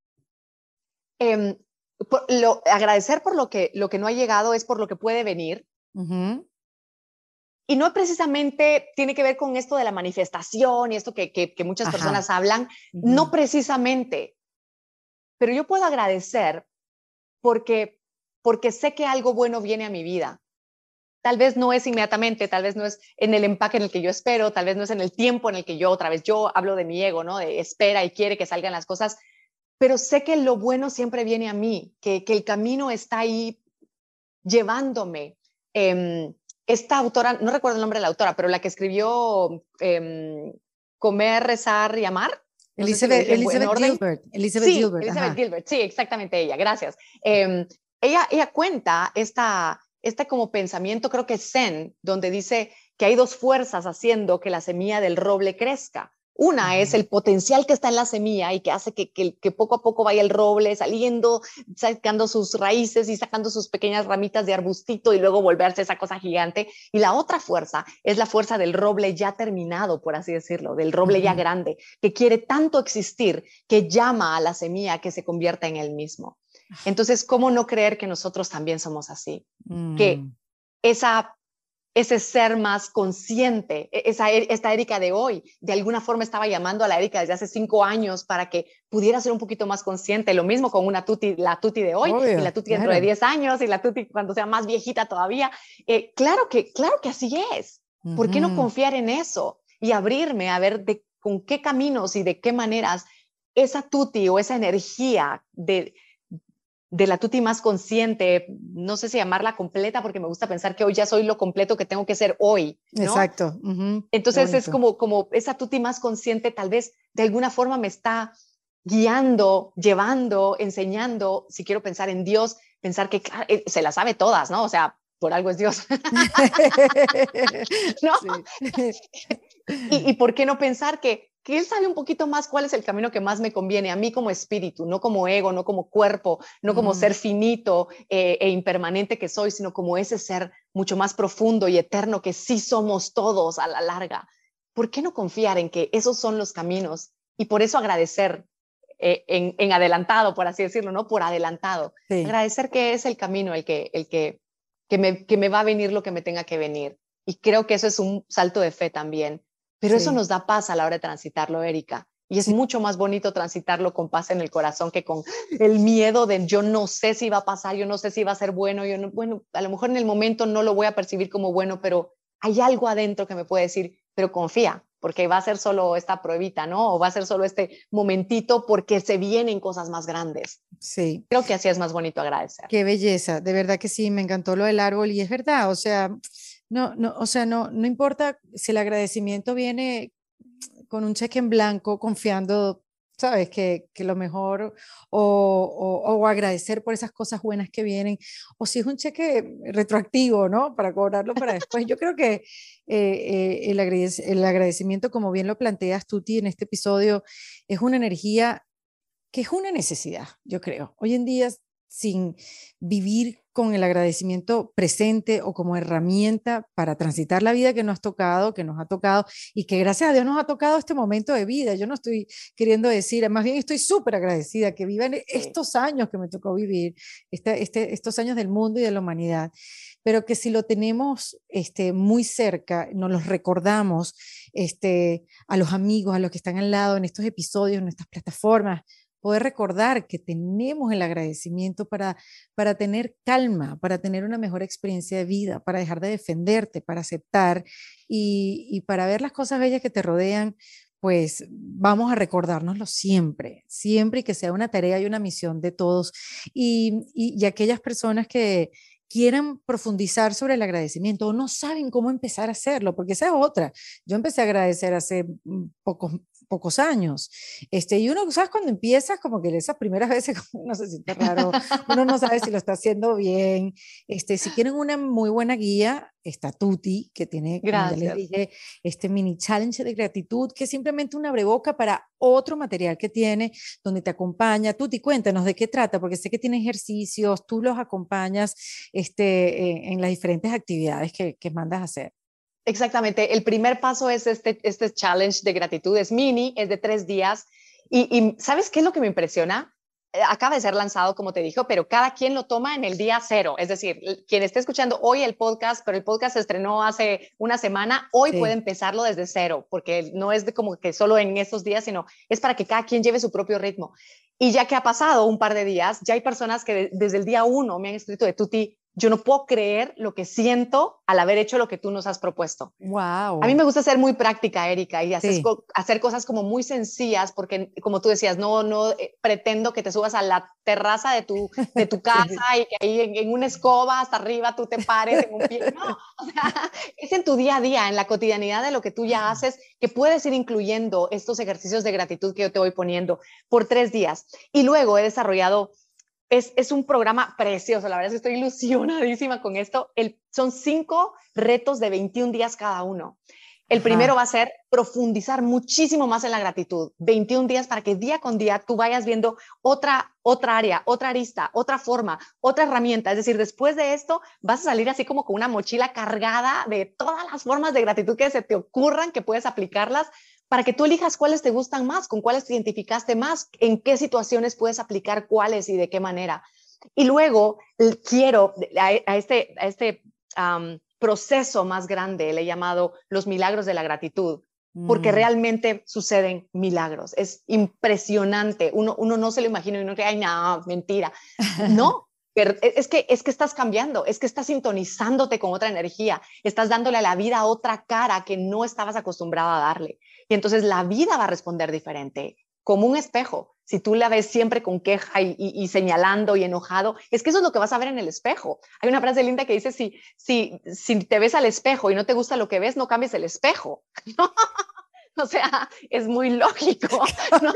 Speaker 2: Agradecer por lo que no ha llegado es por lo que puede venir. Y no precisamente tiene que ver con esto de la manifestación y esto que muchas personas hablan, no precisamente. Pero yo puedo agradecer porque sé que algo bueno viene a mi vida. Tal vez no es inmediatamente, tal vez no es en el empaque en el que yo espero, tal vez no es en el tiempo en el que yo hablo de mi ego, ¿no? De espera y quiere que salgan las cosas, pero sé que lo bueno siempre viene a mí, que el camino está ahí llevándome. Esta autora, no recuerdo el nombre de la autora, pero la que escribió Comer, Rezar y Amar. No
Speaker 1: Elizabeth Gilbert.
Speaker 2: Elizabeth Gilbert, sí, exactamente ella, gracias. Ella cuenta este como pensamiento, creo que es Zen, donde dice que hay dos fuerzas haciendo que la semilla del roble crezca. Una es el potencial que está en la semilla y que hace que poco a poco vaya el roble saliendo, sacando sus raíces y sacando sus pequeñas ramitas de arbustito y luego volverse esa cosa gigante. Y la otra fuerza es la fuerza del roble ya terminado, por así decirlo, del roble ya grande, que quiere tanto existir que llama a la semilla que se convierta en él mismo. Entonces, ¿cómo no creer que nosotros también somos así? Que ese ser más consciente, esta Erika de hoy, de alguna forma estaba llamando a la Erika desde hace 5 años para que pudiera ser un poquito más consciente. Lo mismo con la Tuti de hoy, y la Tuti dentro de 10 años, y la Tuti cuando sea más viejita todavía. Claro que así es. ¿Por qué no confiar en eso? Y abrirme a ver con qué caminos y de qué maneras esa Tuti o esa energía de la Tuti más consciente, no sé si llamarla completa, porque me gusta pensar que hoy ya soy lo completo que tengo que ser hoy, ¿no?
Speaker 1: Exacto.
Speaker 2: Entonces es como esa Tuti más consciente tal vez de alguna forma me está guiando, llevando, enseñando, si quiero pensar en Dios, pensar que se las sabe todas, ¿no? O sea, por algo es Dios. ¿No? Sí. ¿Y por qué no pensar que Él sabe un poquito más cuál es el camino que más me conviene a mí como espíritu, no como ego, no como cuerpo, no como ser finito e impermanente que soy, sino como ese ser mucho más profundo y eterno que sí somos todos a la larga? ¿Por qué no confiar en que esos son los caminos? Y por eso agradecer en adelantado, por así decirlo, ¿no? Por adelantado. Sí. Agradecer que es el camino el que me va a venir lo que me tenga que venir. Y creo que eso es un salto de fe también. Pero eso nos da paz a la hora de transitarlo, Erika. Y es mucho más bonito transitarlo con paz en el corazón que con el miedo de yo no sé si va a pasar, yo no sé si va a ser bueno, bueno, a lo mejor en el momento no lo voy a percibir como bueno, pero hay algo adentro que me puede decir, pero confía, porque va a ser solo esta pruebita, ¿no? O va a ser solo este momentito porque se vienen cosas más grandes.
Speaker 1: Sí.
Speaker 2: Creo que así es más bonito agradecer.
Speaker 1: Qué belleza, de verdad que sí, me encantó lo del árbol y es verdad, o sea, no importa si el agradecimiento viene con un cheque en blanco, confiando, sabes, que lo mejor, o agradecer por esas cosas buenas que vienen, o si es un cheque retroactivo, ¿no? Para cobrarlo para después. Yo creo que el agradecimiento, como bien lo planteas, Tuti, en este episodio, es una energía que es una necesidad, yo creo. Hoy en día, sin vivir con el agradecimiento presente o como herramienta para transitar la vida que nos ha tocado y que gracias a Dios nos ha tocado este momento de vida. Yo no estoy queriendo decir, más bien estoy súper agradecida que vivan estos años que me tocó vivir, estos años del mundo y de la humanidad, pero que si lo tenemos muy cerca, nos los recordamos a los amigos, a los que están al lado en estos episodios, en nuestras plataformas, poder recordar que tenemos el agradecimiento para tener calma, para tener una mejor experiencia de vida, para dejar de defenderte, para aceptar y para ver las cosas bellas que te rodean, pues vamos a recordárnoslo siempre, siempre y que sea una tarea y una misión de todos. Y aquellas personas que quieran profundizar sobre el agradecimiento o no saben cómo empezar a hacerlo, porque esa es otra. Yo empecé a agradecer hace pocos años. Y uno, ¿sabes? Cuando empiezas, como que esas primeras veces uno se siente raro, uno no sabe si lo está haciendo bien. Si quieren una muy buena guía, está Tuti, que tiene, como ya les dije, este mini challenge de gratitud, que es simplemente una abreboca para otro material que tiene, donde te acompaña. Tuti, cuéntanos de qué trata, porque sé que tiene ejercicios, tú los acompañas en las diferentes actividades que mandas a hacer.
Speaker 2: Exactamente. El primer paso es este challenge de gratitud. Es mini, es de 3 días. Y ¿sabes qué es lo que me impresiona? Acaba de ser lanzado, como te dijo, pero cada quien lo toma en el día 0. Es decir, quien esté escuchando hoy el podcast, pero el podcast se estrenó hace una semana, hoy puede empezarlo desde 0, porque no es como que solo en estos días, sino es para que cada quien lleve su propio ritmo. Y ya que ha pasado un par de días, ya hay personas que desde el día 1 me han escrito de Tuti, yo no puedo creer lo que siento al haber hecho lo que tú nos has propuesto.
Speaker 1: Wow.
Speaker 2: A mí me gusta ser muy práctica, Erika, y hacer cosas como muy sencillas, porque como tú decías, no pretendo que te subas a la terraza de tu casa y que ahí en una escoba hasta arriba tú te pares en un pie. No, o sea, es en tu día a día, en la cotidianidad de lo que tú ya haces, que puedes ir incluyendo estos ejercicios de gratitud que yo te voy poniendo por 3 días. Y luego he desarrollado es un programa precioso, la verdad es que estoy ilusionadísima con esto. Son 5 retos de 21 días cada uno. El primero va a ser profundizar muchísimo más en la gratitud. 21 días para que día con día tú vayas viendo otra área, otra arista, otra forma, otra herramienta. Es decir, después de esto vas a salir así como con una mochila cargada de todas las formas de gratitud que se te ocurran, que puedes aplicarlas para que tú elijas cuáles te gustan más, con cuáles te identificaste más, en qué situaciones puedes aplicar cuáles y de qué manera. Y luego quiero a este proceso más grande, le he llamado los milagros de la gratitud, porque realmente suceden milagros. Es impresionante. Uno no se lo imagina y uno cree, ay, no, mentira. No. Pero es que estás cambiando, es que estás sintonizándote con otra energía, estás dándole a la vida otra cara que no estabas acostumbrada a darle. Y entonces la vida va a responder diferente, como un espejo. Si tú la ves siempre con queja y señalando y enojado, es que eso es lo que vas a ver en el espejo. Hay una frase linda que dice, si te ves al espejo y no te gusta lo que ves, no cambies el espejo. O sea, es muy lógico, ¿no?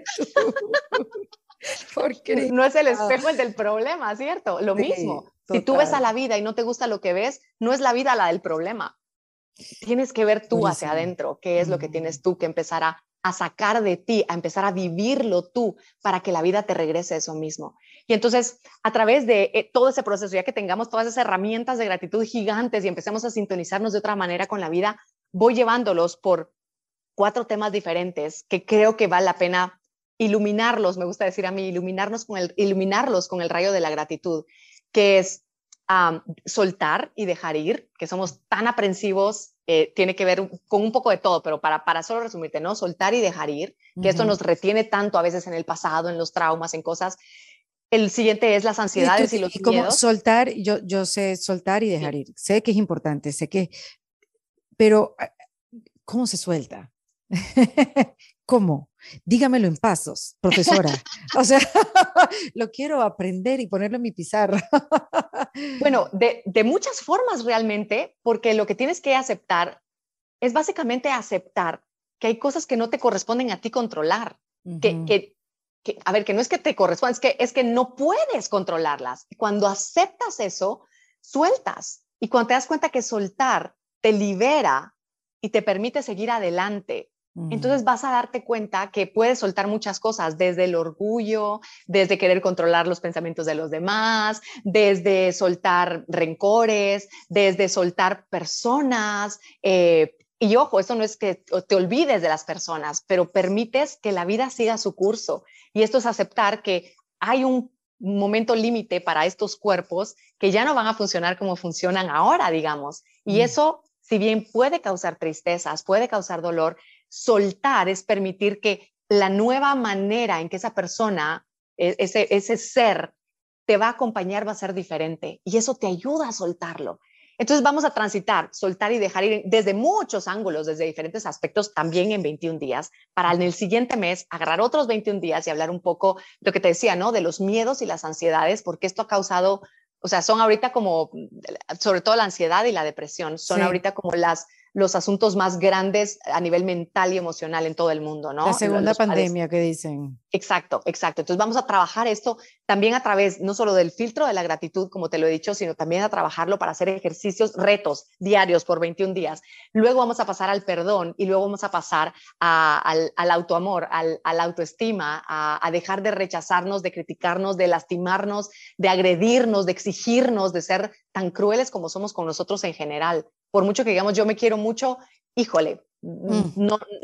Speaker 2: Porque no es el espejo el del problema, ¿cierto? Lo mismo. Total. Si tú ves a la vida y no te gusta lo que ves, no es la vida la del problema. Tienes que ver tú hacia adentro, qué es lo que tienes tú que empezar a sacar de ti, a empezar a vivirlo tú para que la vida te regrese eso mismo. Y entonces, a través de todo ese proceso, ya que tengamos todas esas herramientas de gratitud gigantes y empecemos a sintonizarnos de otra manera con la vida, voy llevándolos por 4 temas diferentes que creo que vale la pena iluminarlos, me gusta decir a mí, iluminarlos con el rayo de la gratitud, que es soltar y dejar ir, que somos tan aprensivos, tiene que ver con un poco de todo, pero para solo resumirte, ¿no? Soltar y dejar ir, que esto nos retiene tanto a veces en el pasado, en los traumas, en cosas. El siguiente es las ansiedades y los miedos.
Speaker 1: Soltar, yo sé soltar y dejar ir, sé que es importante, pero ¿Cómo se suelta? ¿Cómo? Dígamelo en pasos, profesora. O sea, lo quiero aprender y ponerlo en mi pizarra.
Speaker 2: Bueno, de muchas formas realmente, porque lo que tienes que aceptar es básicamente aceptar que hay cosas que no te corresponden a ti controlar, que,
Speaker 1: Ujú.
Speaker 2: que, a ver, que no es que te correspondan, es que no puedes controlarlas. Cuando aceptas eso, sueltas. Y cuando te das cuenta que soltar te libera y te permite seguir adelante,
Speaker 1: Mm.
Speaker 2: entonces vas a darte cuenta que puedes soltar muchas cosas, desde el orgullo, desde querer controlar los pensamientos de los demás, desde soltar rencores, desde soltar personas. Y ojo, eso no es que te olvides de las personas, pero permites que la vida siga su curso. Y esto es aceptar que hay un momento límite para estos cuerpos que ya no van a funcionar como funcionan ahora, digamos. Y
Speaker 1: Mm.
Speaker 2: eso, si bien puede causar tristezas, puede causar dolor, soltar es permitir que la nueva manera en que esa persona, ese ser, te va a acompañar va a ser diferente. Y eso te ayuda a soltarlo. Entonces vamos a transitar, soltar y dejar ir desde muchos ángulos, desde diferentes aspectos, también en 21 días, para en el siguiente mes agarrar otros 21 días y hablar un poco de lo que te decía, ¿no? De los miedos y las ansiedades, porque esto ha causado, o sea, son ahorita como, sobre todo la ansiedad y la depresión, son
Speaker 1: Sí,
Speaker 2: ahorita como los asuntos más grandes a nivel mental y emocional en todo el mundo,
Speaker 1: la
Speaker 2: ¿no?
Speaker 1: segunda
Speaker 2: Los
Speaker 1: pandemia que dicen.
Speaker 2: Exacto, exacto. Entonces vamos a trabajar esto también a través no solo del filtro de la gratitud, como te lo he dicho, sino también a trabajarlo para hacer ejercicios, retos diarios por 21 días. Luego vamos a pasar al perdón y luego vamos a pasar al autoamor, a la autoestima, a dejar de rechazarnos, de criticarnos, de lastimarnos, de agredirnos, de exigirnos, de ser tan crueles como somos con nosotros en general. Por mucho que digamos yo me quiero mucho, híjole,
Speaker 1: Mm.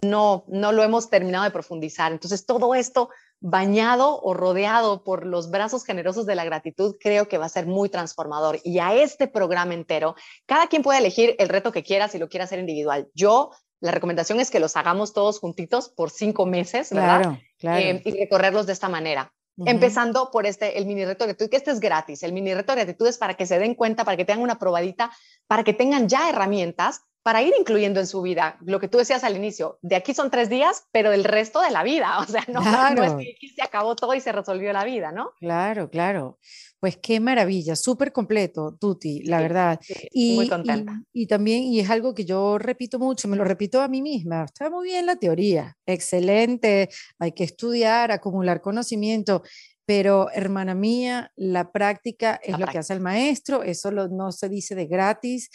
Speaker 2: no lo hemos terminado de profundizar. Entonces, todo esto bañado o rodeado por los brazos generosos de la gratitud, creo que va a ser muy transformador. Y a este programa entero, cada quien puede elegir el reto que quiera, si lo quiere hacer individual. Yo, la recomendación es que los hagamos todos juntitos por 5 meses, ¿verdad?
Speaker 1: Claro, claro.
Speaker 2: Y recorrerlos de esta manera.
Speaker 1: Ujú.
Speaker 2: Empezando por el mini reto de gratitud, que este es gratis. El mini reto de gratitud es para que se den cuenta, para que tengan una probadita, para que tengan ya herramientas para ir incluyendo en su vida lo que tú decías al inicio. De aquí son 3 días, pero del resto de la vida. O sea, no es
Speaker 1: Claro,
Speaker 2: que aquí se acabó todo y se resolvió la vida, ¿no?
Speaker 1: claro, claro. Pues qué maravilla, súper completo, Tuti, la
Speaker 2: Sí,
Speaker 1: verdad.
Speaker 2: sí, estoy muy contenta.
Speaker 1: Y también, y es algo que yo repito mucho, me lo repito a mí misma, está muy bien la teoría, excelente, hay que estudiar, acumular conocimiento, pero hermana mía, la práctica es
Speaker 2: La
Speaker 1: lo que hace
Speaker 2: práctica.
Speaker 1: el maestro, eso no se dice de gratis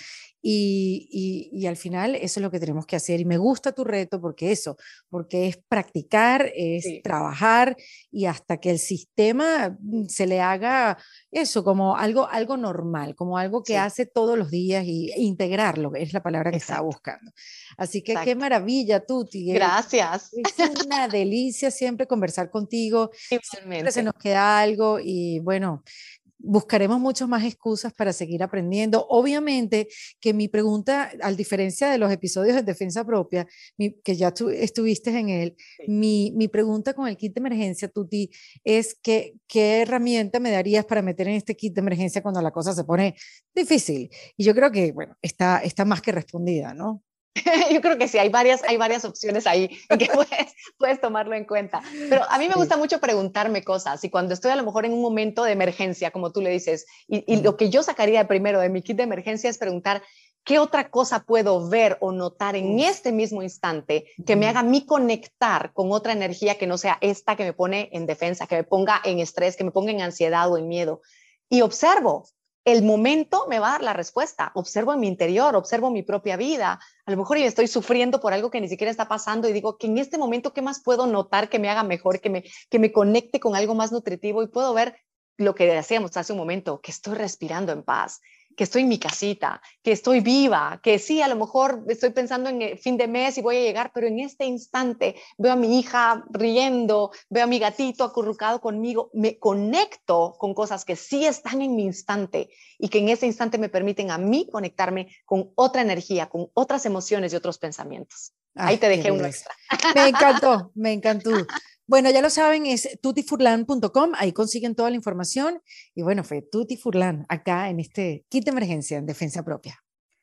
Speaker 1: y al final eso es lo que tenemos que hacer. Y me gusta tu reto porque es practicar, es
Speaker 2: Sí,
Speaker 1: trabajar y hasta que el sistema se le haga eso como algo normal, como algo que
Speaker 2: sí,
Speaker 1: hace todos los días e integrarlo, es la palabra que estaba
Speaker 2: exacto,
Speaker 1: buscando. Así que qué
Speaker 2: exacto.
Speaker 1: maravilla, Tuti.
Speaker 2: Gracias.
Speaker 1: Es una delicia siempre conversar contigo, siempre se
Speaker 2: Igualmente.
Speaker 1: nos queda algo y bueno, buscaremos muchas más excusas para seguir aprendiendo. Obviamente que mi pregunta, al diferencia de los episodios de defensa propia, que ya tú estuviste en él,
Speaker 2: Sí.
Speaker 1: mi pregunta con el kit de emergencia, Tuti, es qué herramienta me darías para meter en este kit de emergencia cuando la cosa se pone difícil. Y yo creo que, bueno, está más que respondida, ¿no?
Speaker 2: Yo creo que sí, hay varias opciones ahí en que puedes tomarlo en cuenta. Pero a mí me
Speaker 1: Sí.
Speaker 2: gusta mucho preguntarme cosas y cuando estoy a lo mejor en un momento de emergencia, como tú le dices, y
Speaker 1: Mm.
Speaker 2: lo que yo sacaría primero de mi kit de emergencia es preguntar qué otra cosa puedo ver o notar en
Speaker 1: Uf.
Speaker 2: este mismo instante que me
Speaker 1: Ujú.
Speaker 2: haga a mí conectar con otra energía que no sea esta que me pone en defensa, que me ponga en estrés, que me ponga en ansiedad o en miedo. Y observo. El momento me va a dar la respuesta. Observo en mi interior, observo mi propia vida, a lo mejor yo estoy sufriendo por algo que ni siquiera está pasando y digo que en este momento, ¿qué más puedo notar que me haga mejor, que me conecte con algo más nutritivo? Y puedo ver lo que decíamos hace un momento, que estoy respirando en paz, que estoy en mi casita, que estoy viva, que sí, a lo mejor estoy pensando en el fin de mes y voy a llegar, pero en este instante veo a mi hija riendo, veo a mi gatito acurrucado conmigo, me conecto con cosas que sí están en mi instante y que en ese instante me permiten a mí conectarme con otra energía, con otras emociones y otros pensamientos.
Speaker 1: Ah,
Speaker 2: Ahí te
Speaker 1: qué
Speaker 2: dejé uno
Speaker 1: belleza.
Speaker 2: extra.
Speaker 1: Me encantó, me encantó. Bueno, ya lo saben, es tutifurlan.com, ahí consiguen toda la información. Y bueno, fue Tuti Furlan acá en este kit de emergencia en defensa propia.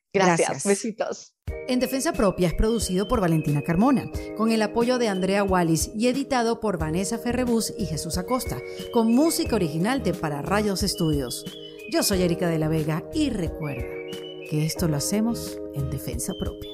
Speaker 2: Gracias. Besitos.
Speaker 1: En Defensa Propia es producido por Valentina Carmona, con el apoyo de Andrea Wallis y editado por Vanessa Ferrebus y Jesús Acosta, con música original de Para Rayos Estudios. Yo soy Erika de la Vega y recuerda que esto lo hacemos en Defensa Propia.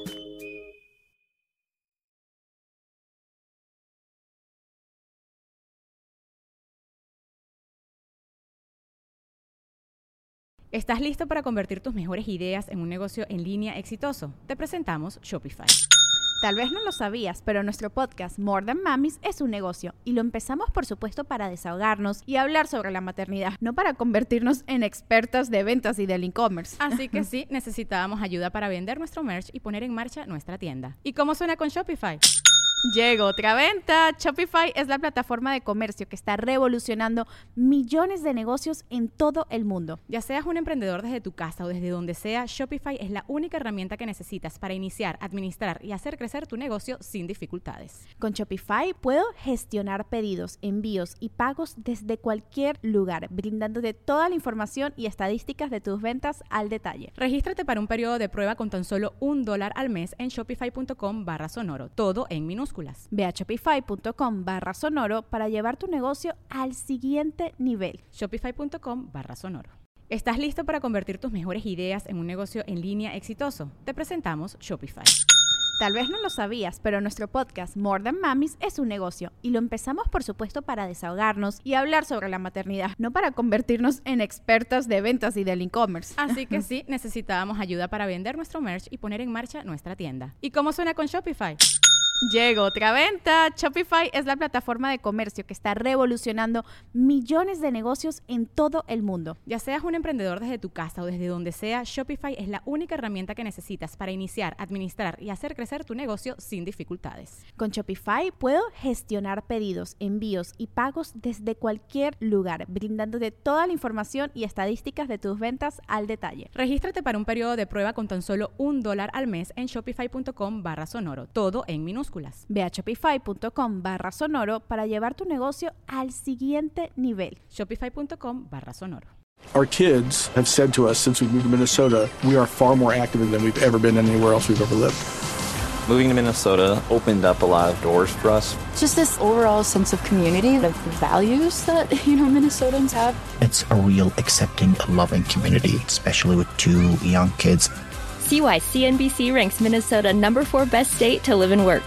Speaker 3: ¿Estás listo para convertir tus mejores ideas en un negocio en línea exitoso? Te presentamos Shopify.
Speaker 4: Tal vez no lo sabías, pero nuestro podcast More Than Mamis es un negocio y lo empezamos por supuesto para desahogarnos y hablar sobre la maternidad, no para convertirnos en expertas de ventas y del e-commerce.
Speaker 3: Así que sí, necesitábamos ayuda para vender nuestro merch y poner en marcha nuestra tienda. ¿Y cómo suena con Shopify?
Speaker 4: Llegó otra venta. Shopify es la plataforma de comercio que está revolucionando millones de negocios en todo el mundo.
Speaker 3: Ya seas un emprendedor desde tu casa o desde donde sea, Shopify es la única herramienta que necesitas para iniciar, administrar y hacer crecer tu negocio sin dificultades.
Speaker 4: Con Shopify puedo gestionar pedidos, envíos y pagos desde cualquier lugar, brindándote toda la información y estadísticas de tus ventas al detalle.
Speaker 3: Regístrate para un periodo de prueba con tan solo $1 al mes en shopify.com/sonoro, todo en minúsculas.
Speaker 4: Ve a shopify.com/sonoro para llevar tu negocio al siguiente nivel.
Speaker 3: Shopify.com/sonoro. ¿Estás listo para convertir tus mejores ideas en un negocio en línea exitoso? Te presentamos Shopify.
Speaker 4: Tal vez no lo sabías, pero nuestro podcast More Than Mamis es un negocio y lo empezamos por supuesto para desahogarnos y hablar sobre la maternidad, no para convertirnos en expertas de ventas y del e-commerce.
Speaker 3: Así que sí, necesitábamos ayuda para vender nuestro merch y poner en marcha nuestra tienda. ¿Y cómo suena con Shopify?
Speaker 4: Llegó otra venta. Shopify es la plataforma de comercio que está revolucionando millones de negocios en todo el mundo.
Speaker 3: Ya seas un emprendedor desde tu casa o desde donde sea, Shopify es la única herramienta que necesitas para iniciar, administrar y hacer crecer tu negocio sin dificultades.
Speaker 4: Con Shopify puedo gestionar pedidos, envíos y pagos desde cualquier lugar, brindándote toda la información y estadísticas de tus ventas al detalle.
Speaker 3: Regístrate para un periodo de prueba con tan solo $1 al mes en shopify.com/sonoro, todo en minúsculas.
Speaker 4: Ve a shopify.com/sonoro para llevar tu negocio al siguiente nivel.
Speaker 3: Shopify.com/sonoro.
Speaker 5: Our kids have said to us since we moved to Minnesota, we are far more active than we've ever been anywhere else we've ever lived.
Speaker 6: Moving to Minnesota opened up a lot of doors for us.
Speaker 7: Just this overall sense of community, of values that, Minnesotans have.
Speaker 8: It's a real accepting, loving community, especially with 2 young kids.
Speaker 9: See why CNBC ranks Minnesota number 4 best state to live and work.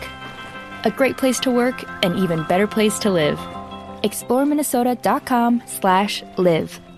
Speaker 9: A great place to work, an even better place to live. ExploreMinnesota.com/live.